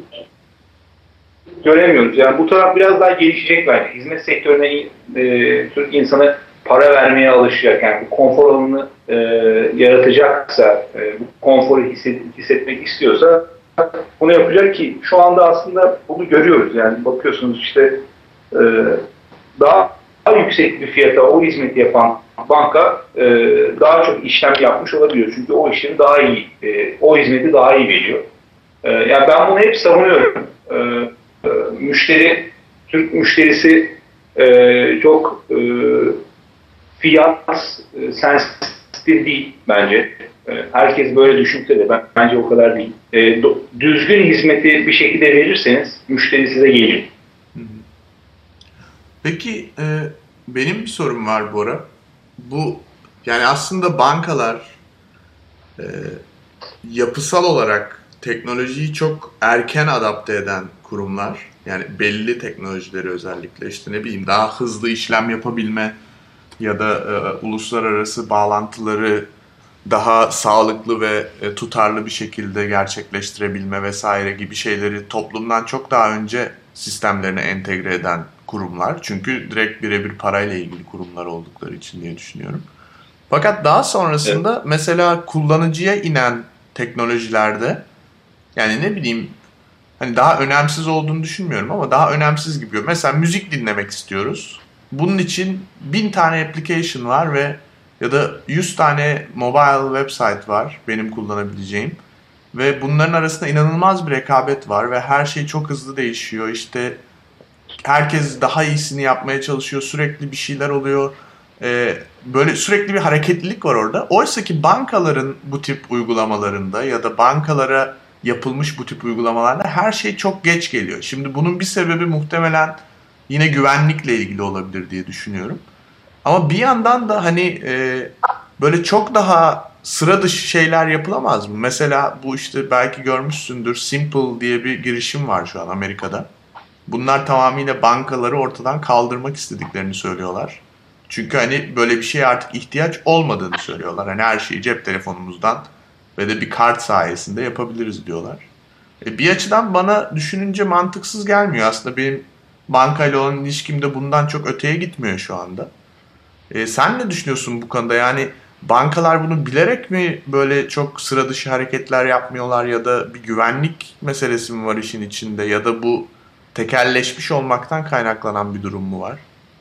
Göremiyoruz. Yani bu taraf biraz daha gelişecek bence. Hizmet sektörüne e, Türk insanı para vermeye alışacak. Yani bu konfor alanını e, yaratacaksa, e, bu konforu hisset, hissetmek istiyorsa bunu yapacak ki şu anda aslında bunu görüyoruz. Yani bakıyorsunuz işte e, daha, daha yüksek bir fiyata o hizmeti yapan banka e, daha çok işlem yapmış olabiliyor. Çünkü o işin daha iyi, e, o hizmeti daha iyi veriyor. E, yani ben bunu hep savunuyorum. E, e, müşteri, Türk müşterisi e, çok e, fiyat e, sensitif değil bence. Herkes böyle düşünse de ben, bence o kadar değil. E, do, düzgün hizmeti bir şekilde verirseniz müşteri size gelir. Peki e, benim bir sorum var Bora. Bu yani aslında bankalar e, yapısal olarak teknolojiyi çok erken adapte eden kurumlar. Yani belli teknolojileri özellikle işte ne bileyim daha hızlı işlem yapabilme ya da e, uluslararası bağlantıları daha sağlıklı ve e, tutarlı bir şekilde gerçekleştirebilme vesaire gibi şeyleri toplumdan çok daha önce sistemlerine entegre eden kurumlar. Çünkü direkt birebir parayla ilgili kurumlar oldukları için diye düşünüyorum. Fakat daha sonrasında evet. Mesela kullanıcıya inen teknolojilerde yani ne bileyim hani daha önemsiz olduğunu düşünmüyorum ama daha önemsiz gibi. Mesela müzik dinlemek istiyoruz. Bunun için bin tane application var ve ya da yüz tane mobile website var benim kullanabileceğim. Ve bunların arasında inanılmaz bir rekabet var ve her şey çok hızlı değişiyor. İşte herkes daha iyisini yapmaya çalışıyor. Sürekli bir şeyler oluyor. Ee, böyle sürekli bir hareketlilik var orada. Oysa ki bankaların bu tip uygulamalarında ya da bankalara yapılmış bu tip uygulamalarda her şey çok geç geliyor. Şimdi bunun bir sebebi muhtemelen yine güvenlikle ilgili olabilir diye düşünüyorum. Ama bir yandan da hani e, böyle çok daha sıra dışı şeyler yapılamaz mı? Mesela bu işte belki görmüşsündür Simple diye bir girişim var şu an Amerika'da. Bunlar tamamıyla bankaları ortadan kaldırmak istediklerini söylüyorlar. Çünkü hani böyle bir şeye artık ihtiyaç olmadığını söylüyorlar. Hani her şeyi cep telefonumuzdan ve de bir kart sayesinde yapabiliriz diyorlar. E, bir açıdan bana düşününce mantıksız gelmiyor. Aslında benim bankayla olan ilişkim de bundan çok öteye gitmiyor şu anda. E, sen ne düşünüyorsun bu konuda? Yani bankalar bunu bilerek mi böyle çok sıra dışı hareketler yapmıyorlar ya da bir güvenlik meselesi mi var işin içinde ya da bu tekelleşmiş olmaktan kaynaklanan bir durum mu var?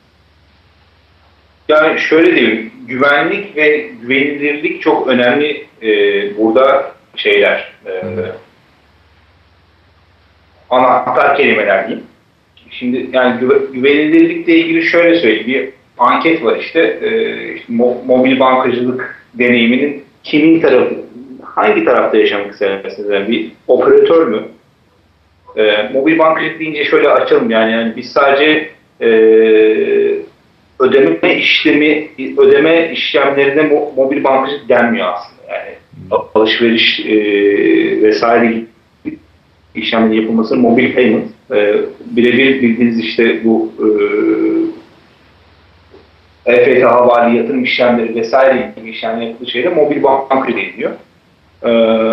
Yani şöyle diyeyim, güvenlik ve güvenilirlik çok önemli e, burada şeyler, e, anahtar kelimeler diyeyim. Şimdi yani güve, güvenilirlikle ilgili şöyle söyleyeyim, bir anket var işte, e, işte mo, mobil bankacılık deneyiminin kimin tarafı, hangi tarafta yaşamak istersiniz? Yani bir operatör mü? E, mobil bankacılık deyince şöyle açalım yani, yani biz sadece e, ödeme işlemi, ödeme işlemlerine mo mobil bankacılık denmiyor aslında. Yani alışveriş e, vesaire işlemlerin yapılması mobil payment. E, birebir bildiğiniz işte bu e, E F T havali yatırım işlemleri vesaire gibi işlemler yapıldığı şeyde mobil bankacılık deniliyor. E,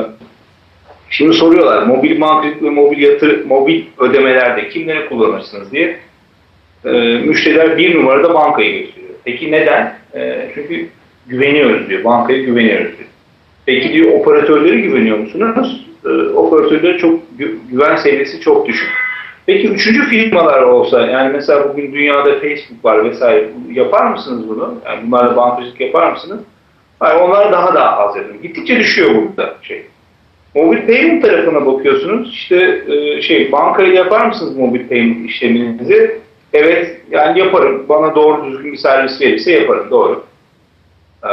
şimdi soruyorlar mobil bankacılık ve mobil yatır, mobil ödemelerde kimleri kullanırsınız diye. E, müşteriler bir numarada bankayı gösteriyor. Peki neden? E, çünkü güveniyoruz diyor. Bankaya güveniyoruz diyor. Peki diyor operatörlere güveniyor musunuz? E, operatörlere çok gü güven seviyesi çok düşük. Peki üçüncü firmalar olsa, yani mesela bugün dünyada Facebook var vesaire, yapar mısınız bunu? Yani bunlarla bankacılık yapar mısınız? Hayır, onlar daha da az yapıyor. Gittikçe düşüyor burada şey. Mobil payment tarafına bakıyorsunuz. İşte e, şey, bankayla yapar mısınız mobil payment işleminizi? Evet, yani yaparım. Bana doğru düzgün bir servis verirse yaparım. Doğru. Ee,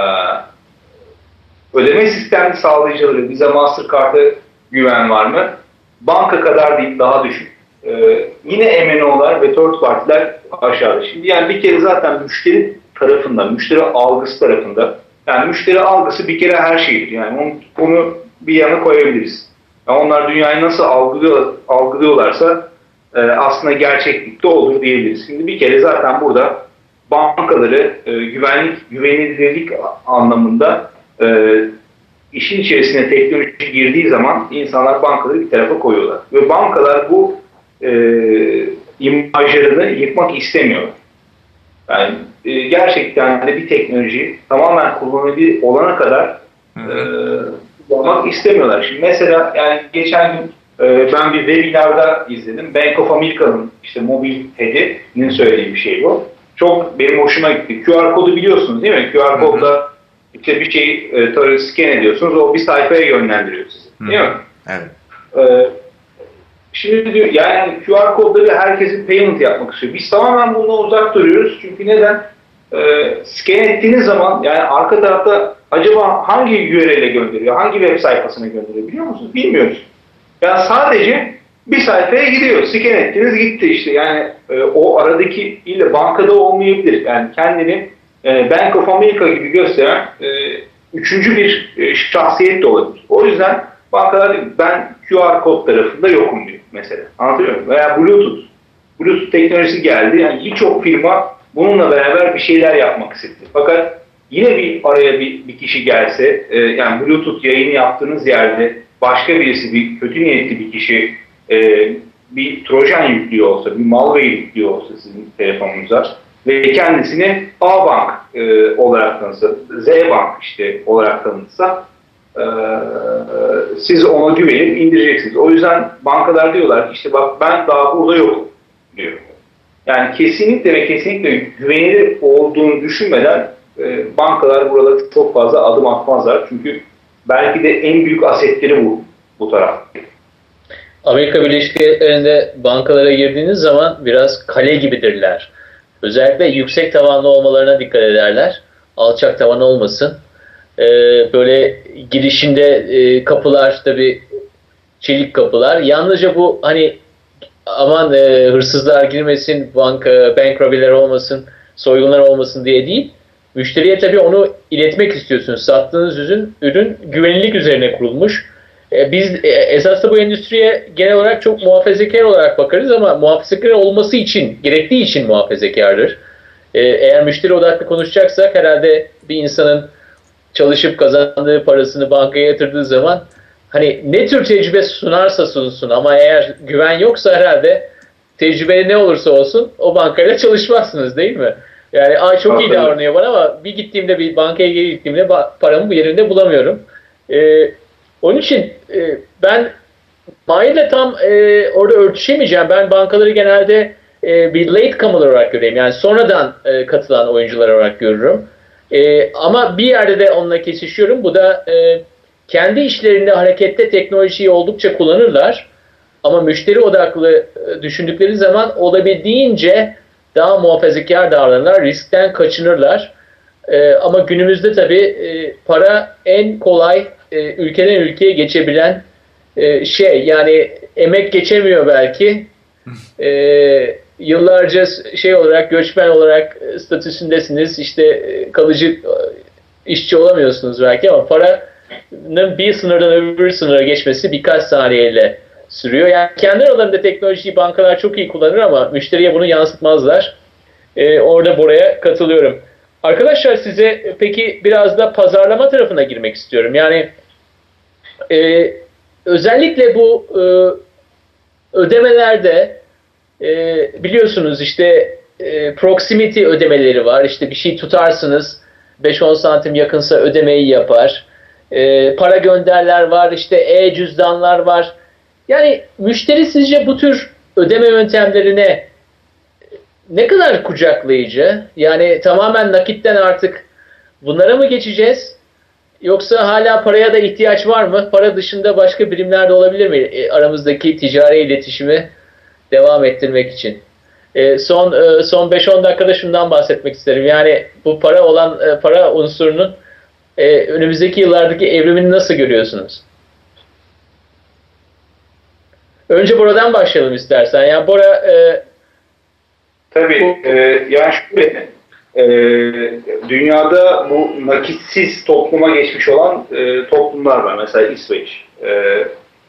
ödeme sistemi sağlayıcıları, Visa, Mastercard'a güven var mı? Banka kadar değil, daha düşük. Ee, yine M N O'lar ve third partiler aşağıda. Şimdi yani bir kere zaten müşteri tarafında, müşteri algısı tarafında, yani müşteri algısı bir kere her şeydir. Yani onu, onu bir yana koyabiliriz. Yani onlar dünyayı nasıl algılıyor, algılıyorlarsa e, aslında gerçeklikte olur diyebiliriz. Şimdi bir kere zaten burada bankaları e, güvenlik, güvenilirlik anlamında e, işin içerisine teknoloji girdiği zaman insanlar bankaları bir tarafa koyuyorlar. Ve bankalar bu e, imajlarını yıkmak istemiyorlar. Yani e, gerçekten de bir teknoloji tamamen kullanılabilir olana kadar e, kullanmak istemiyorlar. Şimdi mesela yani geçen gün e, ben bir webinarda izledim. Bank of America'nın işte mobil head'inin söylediği bir şey bu. Çok benim hoşuma gitti. Q R kodu biliyorsunuz değil mi? Q R kodla işte bir şeyi e, scan ediyorsunuz. O bir sayfaya yönlendiriyor sizi. Değil mi? Evet. E, Şimdi diyor yani Q R kodları herkesin payment yapmak istiyor. Biz tamamen bundan uzak duruyoruz. Çünkü neden? Ee, scan ettiğiniz zaman yani arka tarafta acaba hangi U R L'e gönderiyor, hangi web sayfasına gönderiyor biliyor musunuz? Bilmiyoruz. Yani sadece bir sayfaya gidiyor. Scan ettiniz gitti işte. Yani e, o aradaki ile bankada olmayabilir. Yani kendini e, Bank of America gibi gösteren e, üçüncü bir e, şahsiyet de olabilir. O yüzden bankalar diyor, ben Q R kod tarafında yokum diyor mesela. Anlatıyor muyum? Veya Bluetooth. Bluetooth teknolojisi geldi. Yani birçok firma bununla beraber bir şeyler yapmak istedi. Fakat yine bir araya bir, bir kişi gelse, e, yani Bluetooth yayını yaptığınız yerde başka birisi, bir kötü niyetli bir kişi e, bir trojan yüklüyor olsa, bir malware yüklüyor olsa sizin telefonunuza ve kendisini A bank e, olarak tanıtsa, Z bank işte olarak tanıtsa, Ee, siz ona güvenip indireceksiniz. O yüzden bankalar diyorlar ki işte bak ben daha burada yokum diyor. Yani kesinlikle ve kesinlikle güvenilir olduğunu düşünmeden e, bankalar burada çok fazla adım atmazlar. Çünkü belki de en büyük asetleri bu bu taraf. Amerika Birleşik Devletleri'nde bankalara girdiğiniz zaman biraz kale gibidirler. Özellikle yüksek tavanlı olmalarına dikkat ederler. Alçak tavan olmasın. Ee, böyle girişinde e, kapılar tabii çelik kapılar. Yalnızca bu hani aman e, hırsızlar girmesin, banka, bank robbery'ler olmasın, soygunlar olmasın diye değil. Müşteriye tabii onu iletmek istiyorsunuz. Sattığınız ürün, ürün güvenilirlik üzerine kurulmuş. E, biz e, esas da bu endüstriye genel olarak çok muhafazakar olarak bakarız ama muhafazakar olması için, gerektiği için muhafazakardır. E, eğer müşteri odaklı konuşacaksak herhalde bir insanın çalışıp kazandığı parasını bankaya yatırdığı zaman hani ne tür tecrübe sunarsa sunsun ama eğer güven yoksa herhalde tecrübe ne olursa olsun o bankayla çalışmazsınız değil mi? Yani ay çok iyi davranıyor bana ama bir gittiğimde bir bankaya geri gittiğimde paramı bu yerinde bulamıyorum. Ee, onun için e, ben Mahir'le tam e, orada örtüşemeyeceğim. Ben bankaları genelde e, bir late comer olarak göreyim. Yani sonradan e, katılan oyuncular olarak görürüm. Ee, ama bir yerde de onunla kesişiyorum. Bu da e, kendi işlerinde harekette teknolojiyi oldukça kullanırlar. Ama müşteri odaklı e, düşündükleri zaman olabildiğince daha muhafazakar davranırlar. Riskten kaçınırlar. E, ama günümüzde tabii e, para en kolay e, ülkeden ülkeye geçebilen e, şey. Yani emek geçemiyor belki. E, yıllarca şey olarak, göçmen olarak statüsündesiniz. İşte e, kalıcı e, işçi olamıyorsunuz belki ama paranın bir sınırdan öbür sınıra geçmesi birkaç saniyeyle sürüyor. Yani kendi aralarında teknolojiyi bankalar çok iyi kullanır ama müşteriye bunu yansıtmazlar. Ee, orada buraya katılıyorum. Arkadaşlar size peki biraz da pazarlama tarafına girmek istiyorum. Yani e, özellikle bu e, ödemelerde e, biliyorsunuz işte e, proximity ödemeleri var. İşte bir şey tutarsınız beş on santim yakınsa ödemeyi yapar. E, para gönderler var, işte e-cüzdanlar var. Yani müşteri sizce bu tür ödeme yöntemlerine ne kadar kucaklayıcı? Yani tamamen nakitten artık bunlara mı geçeceğiz? Yoksa hala paraya da ihtiyaç var mı? Para dışında başka birimler de olabilir mi? E, aramızdaki ticari iletişimi devam ettirmek için. E, son e, son beş on dakikada şundan bahsetmek isterim. Yani bu para olan e, para unsurunun e, önümüzdeki yıllardaki evrimini nasıl görüyorsunuz? Önce Bora'dan başlayalım istersen. Yani Bora e, Tabii. E, yani şöyle e, dünyada bu nakitsiz topluma geçmiş olan e, toplumlar var. Mesela İsveç. E,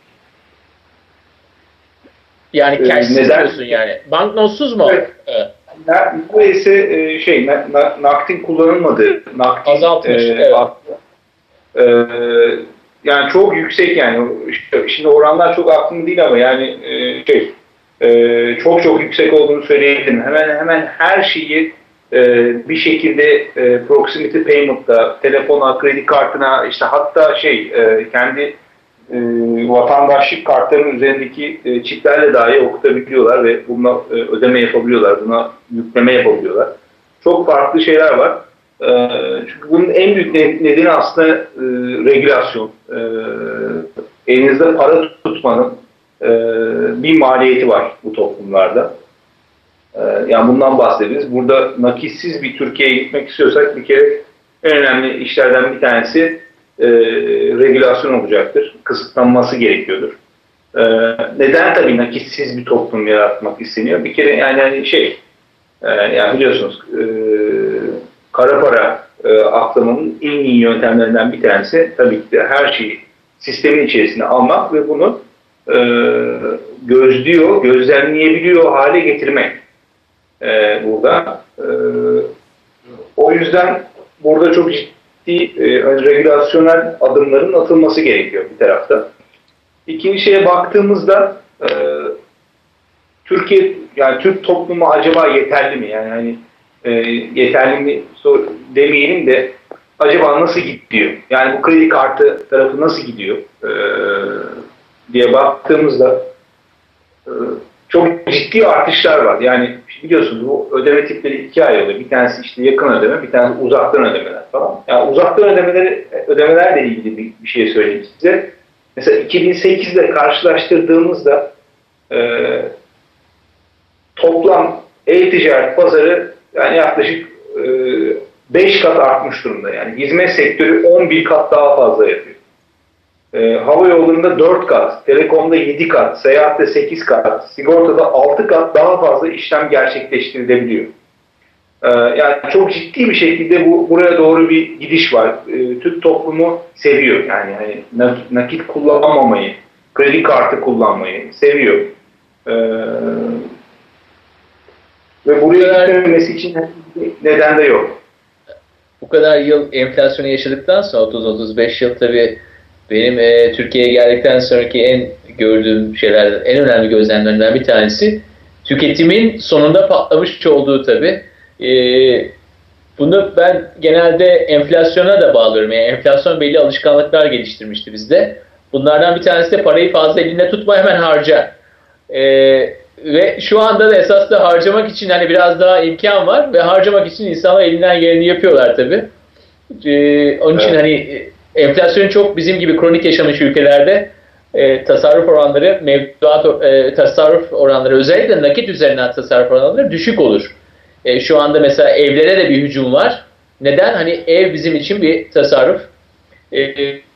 yani cashsiz neden? diyorsun yani. Banknotsuz mu? Evet. Evet. Neredeyse e, şey na, na, nakdin kullanılmadığı nakdin azaltmış. E, evet. e, yani çok yüksek yani. Şimdi oranlar çok aklımda değil ama yani e, şey e, çok çok yüksek olduğunu söyleyebilirim. Hemen hemen her şeyi e, bir şekilde e, proximity payment'ta, telefona, kredi kartına, işte hatta şey e, kendi e, vatandaşlık kartlarının üzerindeki e, çiplerle dahi okutabiliyorlar ve bununla e, ödeme yapabiliyorlar, buna yükleme yapabiliyorlar. Çok farklı şeyler var. E, çünkü bunun en büyük nedeni aslında e, regülasyon. E, elinizde para tutmanın e, bir maliyeti var bu toplumlarda. E, yani bundan bahsederiz. Burada nakitsiz bir Türkiye'ye gitmek istiyorsak bir kere en önemli işlerden bir tanesi e, regülasyon olacaktır. Kısıtlanması gerekiyordur. E, neden tabii nakitsiz bir toplum yaratmak isteniyor? Bir kere yani hani şey e, yani biliyorsunuz e, kara para e, aklamanın en iyi yöntemlerinden bir tanesi tabii ki de her şeyi sistemin içerisine almak ve bunu e, gözlüyor, gözlemleyebiliyor hale getirmek e, burada. E, o yüzden burada çok ciddi e, regülasyonel adımların atılması gerekiyor bir tarafta. İkinci şeye baktığımızda e, Türkiye, yani Türk toplumu acaba yeterli mi? Yani hani e, yeterli mi sor, demeyelim de acaba nasıl gidiyor? Yani bu kredi kartı tarafı nasıl gidiyor e, diye baktığımızda e, çok ciddi artışlar var. Yani biliyorsunuz bu ödeme tipleri ikiye ayrılıyor. Bir tanesi işte yakın ödeme, bir tanesi uzaktan ödemeler falan. Yani uzaktan ödemeleri, ödemelerle ilgili bir, bir şey söyleyeyim size. Mesela iki bin sekizle karşılaştırdığımızda e, toplam e-ticaret pazarı yani yaklaşık e, beş kat artmış durumda. Yani hizmet sektörü on bir kat daha fazla yapıyor. E, hava yollarında dört kat, telekomda yedi kat, seyahatte sekiz kat, sigortada altı kat daha fazla işlem gerçekleştirilebiliyor. E, yani çok ciddi bir şekilde bu buraya doğru bir gidiş var. E, Türk toplumu seviyor. Yani hani nakit kullanmamayı, kredi kartı kullanmayı seviyor. E, ve buraya gitmemesi için neden de yok. Bu kadar yıl enflasyonu yaşadıktan sonra otuz otuz beş yıl tabii benim e, Türkiye'ye geldikten sonraki en gördüğüm şeylerden, en önemli gözlemlerinden bir tanesi tüketimin sonunda patlamış olduğu tabii. E, bunu ben genelde enflasyona da bağlıyorum. Yani enflasyon belli alışkanlıklar geliştirmişti bizde. Bunlardan bir tanesi de parayı fazla elinde tutma, hemen harca. E, ve şu anda da esas da harcamak için hani biraz daha imkan var ve harcamak için insanlar elinden geleni yapıyorlar tabii. E, onun için evet. hani enflasyon çok bizim gibi kronik yaşamış ülkelerde e, tasarruf oranları, mevduat e, tasarruf oranları, özellikle nakit üzerinden tasarruf oranları düşük olur. E, şu anda mesela evlere de bir hücum var. Neden? Hani ev bizim için bir tasarruf. E,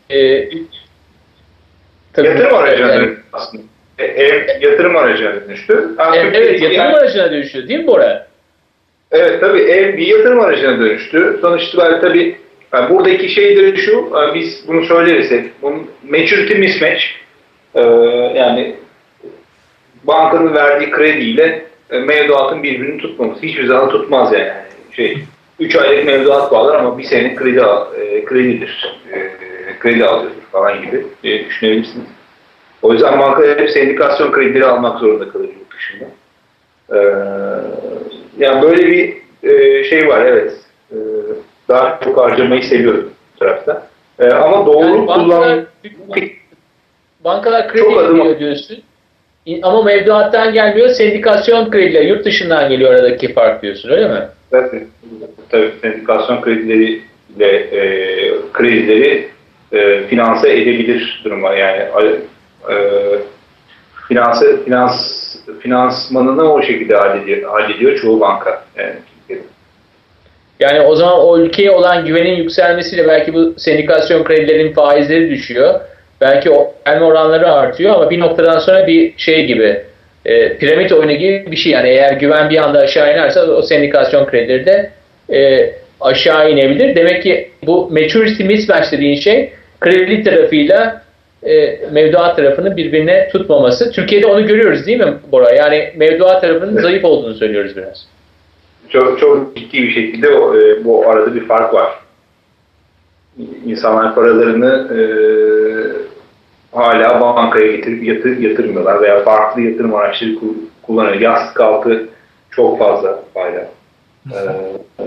e, tabii, Yatırım aracına yani, dönüştü aslında. E, Ev yatırım aracına dönüştü. e, evet, yatırım aracına dönüşüyor değil mi Bora? Evet tabii ev bir yatırım aracına dönüştü. Sonuçta tabii yani buradaki şey de şu, biz bunu söyleriz hep. Bunun maturity mismatch. Ee, yani bankanın verdiği krediyle e, mevduatın birbirini tutmaması. Hiçbir zaman tutmaz yani. Şey, üç aylık mevduat bağlar ama bir senelik kredi e, kredidir. E, kredi alıyordur falan gibi e, düşünebilirsiniz. O yüzden banka hep sendikasyon kredileri almak zorunda kalır yurt dışında. Ee, yani böyle bir e, şey var, evet. Ee, daha çok harcamayı seviyorum bu tarafta. Ee, ama doğru Yani bankalar, kullan... bankalar kredi Çok adım- veriyor diyorsun. Ama mevduattan gelmiyor, sendikasyon krediler yurt dışından geliyor, aradaki fark diyorsun, öyle mi? Tabii, tabii sendikasyon kredileriyle e, kredileri e, finanse edebilir duruma yani e, finanse, finans finansmanını o şekilde hallediyor, hallediyor çoğu banka. Yani, Yani o zaman o ülkeye olan güvenin yükselmesiyle belki bu sendikasyon kredilerin faizleri düşüyor. Belki o gelme oranları artıyor ama bir noktadan sonra bir şey gibi, e, piramit oyunu gibi bir şey. Yani eğer güven bir anda aşağı inerse o sendikasyon kredileri de e, aşağı inebilir. Demek ki bu maturity mismatch dediğin şey kredi tarafıyla e, mevduat tarafının birbirine tutmaması. Türkiye'de onu görüyoruz değil mi Bora? Yani mevduat tarafının evet. zayıf olduğunu söylüyoruz biraz. Çok, çok ciddi bir şekilde o, e, bu arada bir fark var. İnsanlar paralarını e, hala bankaya getirip yatır, yatırmıyorlar veya farklı yatırım araçları kullanıyor. Yastık altı çok fazla hala. Ee, e,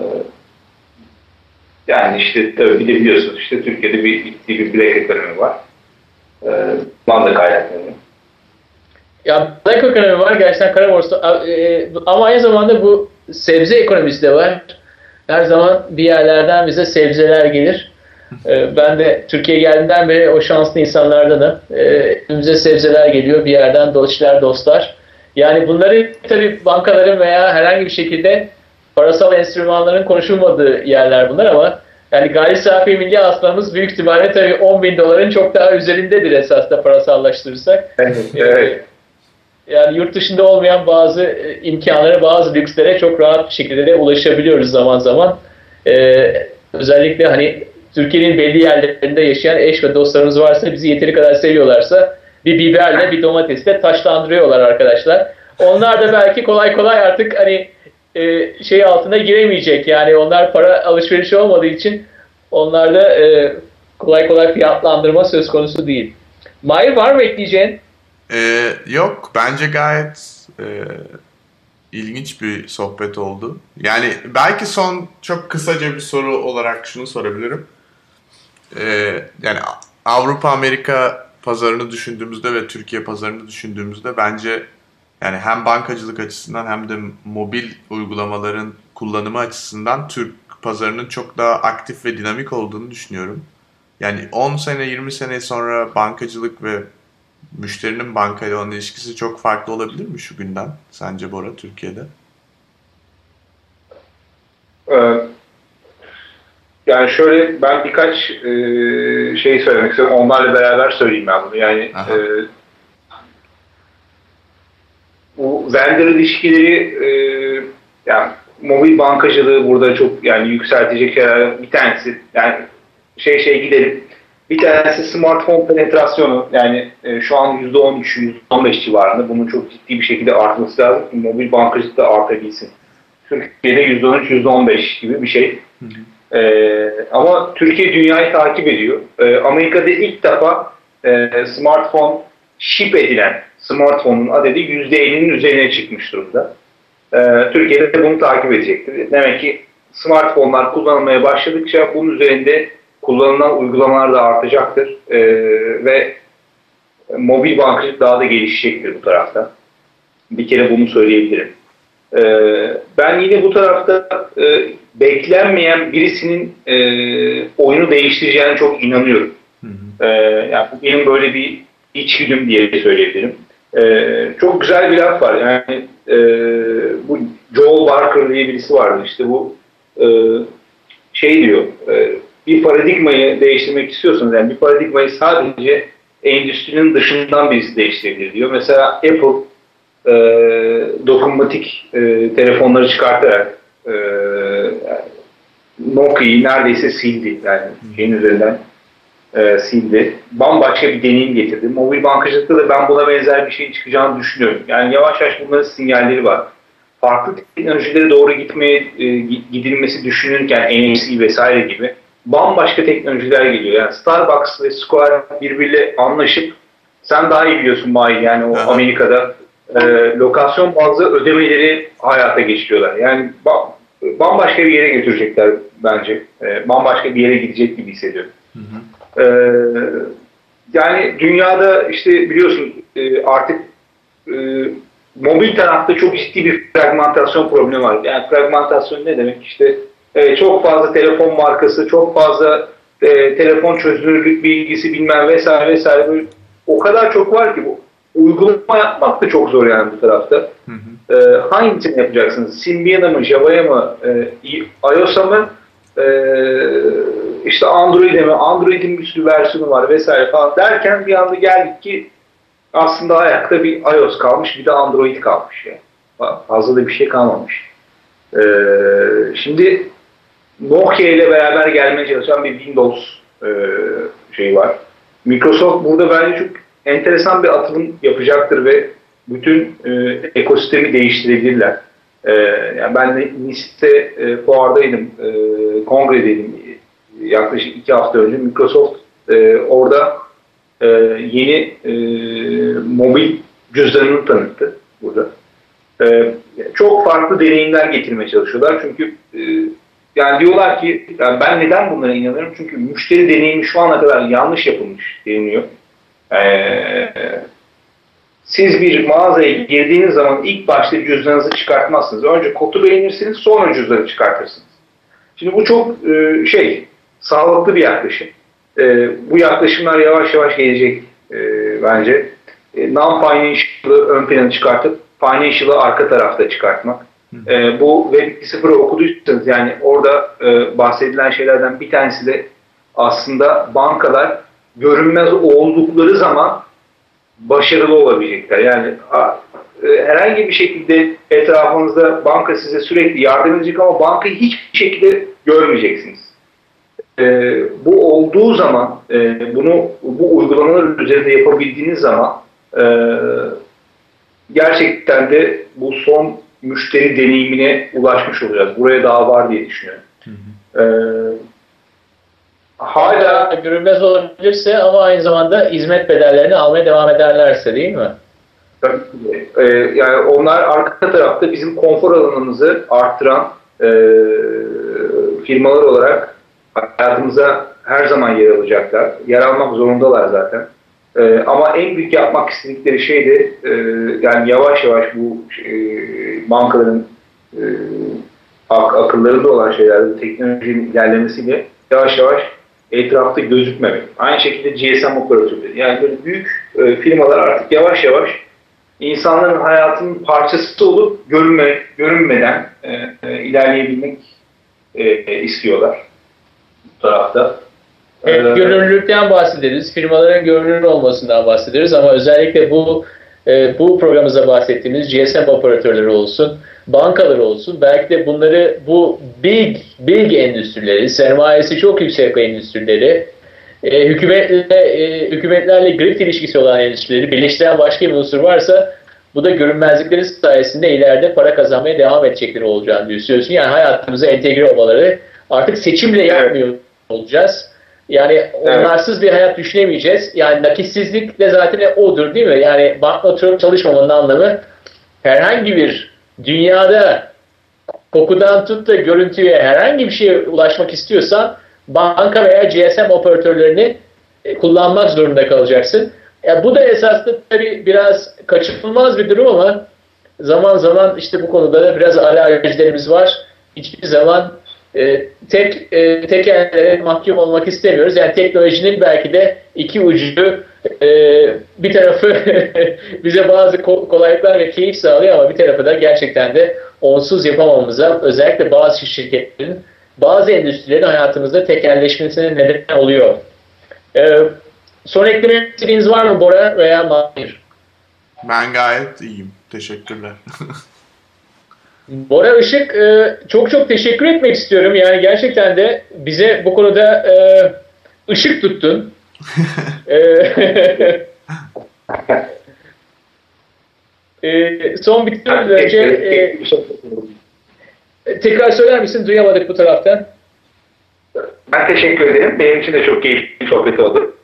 yani işte tabii bir de biliyorsunuz işte Türkiye'de bir ciddi bir black ekonomi var. Ee, bundan da kaynaklanıyor. Ya black ekonomi var gerçekten, kara borsa, e, ama aynı zamanda bu sebze ekonomisi de var. Her zaman bir yerlerden bize sebzeler gelir. E, ben de Türkiye'ye geldiğimden beri o şanslı insanlardanım. E, önümüze sebzeler geliyor bir yerden, dostlar dostlar. Yani bunları tabii bankaların veya herhangi bir şekilde parasal enstrümanların konuşulmadığı yerler bunlar ama yani gayri safi milli hasılamız büyük ihtimalle tabii on bin doların çok daha üzerindedir esas da parasallaştırırsak. Evet, evet. Yani yurt dışında olmayan bazı e, imkanlara, bazı lükslere çok rahat bir şekilde de ulaşabiliyoruz zaman zaman. Ee, özellikle hani Türkiye'nin belli yerlerinde yaşayan eş ve dostlarımız varsa, bizi yeteri kadar seviyorlarsa bir biberle, bir domatesle taşlandırıyorlar arkadaşlar. Onlar da belki kolay kolay artık hani e, şey altına giremeyecek. Yani onlar para alışverişi olmadığı için onlarda e, kolay kolay fiyatlandırma söz konusu değil. Mahir, var mı ekleyeceğin? Ee, yok, bence gayet e, ilginç bir sohbet oldu. Yani belki son çok kısaca bir soru olarak şunu sorabilirim. Ee, yani Avrupa Amerika pazarını düşündüğümüzde ve Türkiye pazarını düşündüğümüzde bence yani hem bankacılık açısından hem de mobil uygulamaların kullanımı açısından Türk pazarının çok daha aktif ve dinamik olduğunu düşünüyorum. Yani on sene yirmi sene sonra bankacılık ve müşterinin bankayla olan ilişkisi çok farklı olabilir mi şu günden sence Bora, Türkiye'de? Ee, yani şöyle ben birkaç e, şey söylemek istiyorum. Onlarla beraber söyleyeyim ben bunu. Yani e, bu vendor ilişkileri e, yani mobil bankacılığı burada çok yani yükseltecek şeyler bir tanesi. Yani şey şey gidelim. Bir tanesi smartphone penetrasyonu, yani e, şu an yüzde on üç yüzde on beş civarında, bunun çok ciddi bir şekilde artması lazım ki mobil bankacılık da artabilsin. Türkiye'de yüzde on üç yüzde on beş gibi bir şey. Hı hı. E, ama Türkiye dünyayı takip ediyor. E, Amerika'da ilk defa e, smartphone ship edilen smartphone'un adedi yüzde ellinin üzerine çıkmış durumda. E, Türkiye'de de bunu takip edecektir. Demek ki smartphone'lar kullanılmaya başladıkça bunun üzerinde kullanılan uygulamalar da artacaktır ee, ve mobil bankacılık daha da gelişecektir bu tarafta. Bir kere bunu söyleyebilirim. Ee, ben yine bu tarafta e, beklenmeyen birisinin e, oyunu değiştireceğine çok inanıyorum. Hı hı. Ee, yani bu benim böyle bir içgüdüm diye söyleyebilirim. Ee, çok güzel bir laf var. Yani e, bu Joel Barker diye birisi vardı. İşte bu e, şey diyor. E, bir paradigmayı değiştirmek istiyorsanız, yani bir paradigmayı sadece endüstrinin dışından birisi değiştirebilir diyor. Mesela Apple e, dokunmatik e, telefonları çıkartarak e, Nokia'yı neredeyse sildi. Yani şeyin üzerinden e, sildi. Bambaşka bir deneyim getirdi. Mobil bankacılıkta da ben buna benzer bir şey çıkacağını düşünüyorum. Yani yavaş yavaş bunların sinyalleri var. Farklı teknolojilere doğru gitmeye e, gidilmesi düşünülürken N F C vesaire gibi bambaşka teknolojiler geliyor. Yani Starbucks ve Square birbiriyle anlaşıp sen daha iyi biliyorsun Mahir, yani o Aha. Amerika'da e, lokasyon bazlı ödemeleri hayata geçiriyorlar. Yani ba bambaşka bir yere götürecekler bence. E, bambaşka bir yere gidecek gibi hissediyorum. Hı hı. E, yani dünyada işte biliyorsun e, artık e, mobil tarafta çok ciddi bir fragmentasyon problemi var. Yani fragmentasyon ne demek? İşte e, çok fazla telefon markası, çok fazla e, telefon çözünürlük bilgisi bilmem vesaire vesaire. Böyle, o kadar çok var ki bu. Uygulama yapmak da çok zor yani bu tarafta. Hı hı. E, hangisini yapacaksınız? Symbian'a mı, Java'ya mı, e, iOS'a mı, e, işte Android'e mi? Android'in bir sürü versiyonu var vesaire falan derken bir anda geldik ki aslında ayakta bir iOS kalmış, bir de Android kalmış yani. Fazla da bir şey kalmamış. Ee, şimdi Nokia ile beraber gelmeye çalışan bir Windows e, şeyi var. Microsoft burada bence çok enteresan bir atılım yapacaktır ve bütün e, ekosistemi değiştirebilirler. E, yani ben de Nice'te e, fuardaydım, e, kongredeydim yaklaşık iki hafta önce. Microsoft e, orada e, yeni e, mobil cüzdanını tanıttı burada. E, çok farklı deneyimler getirmeye çalışıyorlar. Çünkü e, yani diyorlar ki, yani ben neden bunlara inanıyorum? Çünkü müşteri deneyimi şu ana kadar yanlış yapılmış deniliyor. Ee, siz bir mağazaya girdiğiniz zaman ilk başta cüzdanınızı çıkartmazsınız. Önce kodu beğenirsiniz, sonra cüzdanı çıkartırsınız. Şimdi bu çok e, şey, sağlıklı bir yaklaşım. E, bu yaklaşımlar yavaş yavaş gelecek e, bence. E, Non-financial'ı ön plana çıkartıp financial'ı arka tarafta çıkartmak. E, bu Web iki nokta sıfırı okuduysanız, yani orada e, bahsedilen şeylerden bir tanesi de aslında bankalar görünmez oldukları zaman başarılı olabilecekler. Yani e, herhangi bir şekilde etrafınızda banka size sürekli yardım edecek ama bankayı hiçbir şekilde görmeyeceksiniz. E, bu olduğu zaman, e, bunu bu uygulamalar üzerinde yapabildiğiniz zaman e, gerçekten de bu son müşteri deneyimine ulaşmış olacağız. Buraya daha var diye düşünüyorum. Hı hı. Ee, hala görünmez olabilirse ama aynı zamanda hizmet bedellerini almaya devam ederlerse, değil mi? Tabii ki. Ee, yani onlar arka tarafta bizim konfor alanımızı arttıran e, firmalar olarak hayatımıza her zaman yer alacaklar. Yer almak zorundalar zaten. Ee, ama en büyük yapmak istedikleri şey de e, yani yavaş yavaş bu e, bankaların e, ak akıllarında olan şeylerde teknolojinin ilerlemesiyle yavaş yavaş etrafta gözükmemek. Aynı şekilde G S M operatörleri. Yani böyle büyük e, firmalar artık yavaş yavaş insanların hayatının parçası olup görünme, görünmeden e, e, ilerleyebilmek e, istiyorlar bu tarafta. Evet, görünürlükten bahsederiz, firmaların görünür olmasından bahsederiz ama özellikle bu e, bu programımızda bahsettiğimiz G S M operatörleri olsun, bankalar olsun, belki de bunları bu big big endüstrileri, sermayesi çok yüksek endüstrileri, e, hükümetle e, hükümetlerle grift ilişkisi olan endüstrileri birleştiren başka bir unsur varsa bu da görünmezlikleri sayesinde ileride para kazanmaya devam edecekleri olacağını düşünüyorsun. Yani hayatımıza entegre olmaları, artık seçimle yapmıyor olacağız. Yani onlarsız bir hayat düşünemeyeceğiz. Yani nakitsizlik de zaten odur, değil mi? Yani banknotun çalışmamanın anlamı herhangi bir dünyada kokudan tut da görüntüye herhangi bir şeye ulaşmak istiyorsan banka veya G S M operatörlerini kullanmak zorunda kalacaksın. Yani bu da esasında tabii biraz kaçınılmaz bir durum ama zaman zaman işte bu konuda da biraz alerjilerimiz var. Hiçbir zaman e, tek e, tekerlere mahkum olmak istemiyoruz. Yani teknolojinin belki de iki ucu, e, bir tarafı bize bazı kolaylıklar ve keyif sağlıyor ama bir tarafı da gerçekten de onsuz yapamamıza, özellikle bazı şirketlerin bazı endüstrilerin hayatımızda tekelleşmesine neden oluyor. Ee, son eklemek istediğiniz var mı Bora veya Mahir? Ben gayet iyiyim. Teşekkürler. Bora Işık, e, çok çok teşekkür etmek istiyorum. Yani gerçekten de bize bu konuda e, ışık tuttun. e, e, son bitirmeden önce e, tekrar söyler misin? Duyamadık bu taraftan. Ben teşekkür ederim. Benim için de çok keyifli bir sohbet oldu.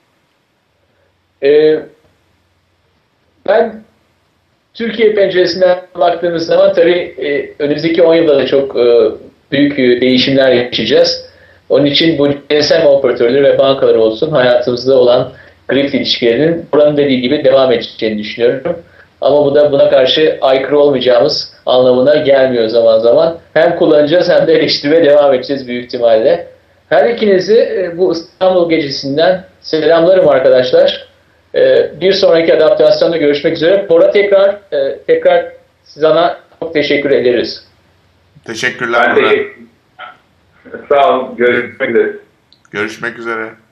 E, ben Türkiye penceresinden baktığımız zaman tabii e, önümüzdeki on yılda da çok e, büyük e, değişimler yaşayacağız. Onun için bu G S M operatörleri ve bankalar olsun hayatımızda olan grip ilişkilerinin buranın dediği gibi devam edeceğini düşünüyorum. Ama bu da buna karşı aykırı olmayacağımız anlamına gelmiyor zaman zaman. Hem kullanacağız hem de eleştirmeye devam edeceğiz büyük ihtimalle. Her ikinizi e, bu İstanbul gecesinden selamlarım arkadaşlar. Bir sonraki adaptasyonda görüşmek üzere. Bora tekrar tekrar sana çok teşekkür ederiz. Teşekkürler. Ben teşekkür. Sağ olun. Görüşmek üzere. Görüşmek üzere.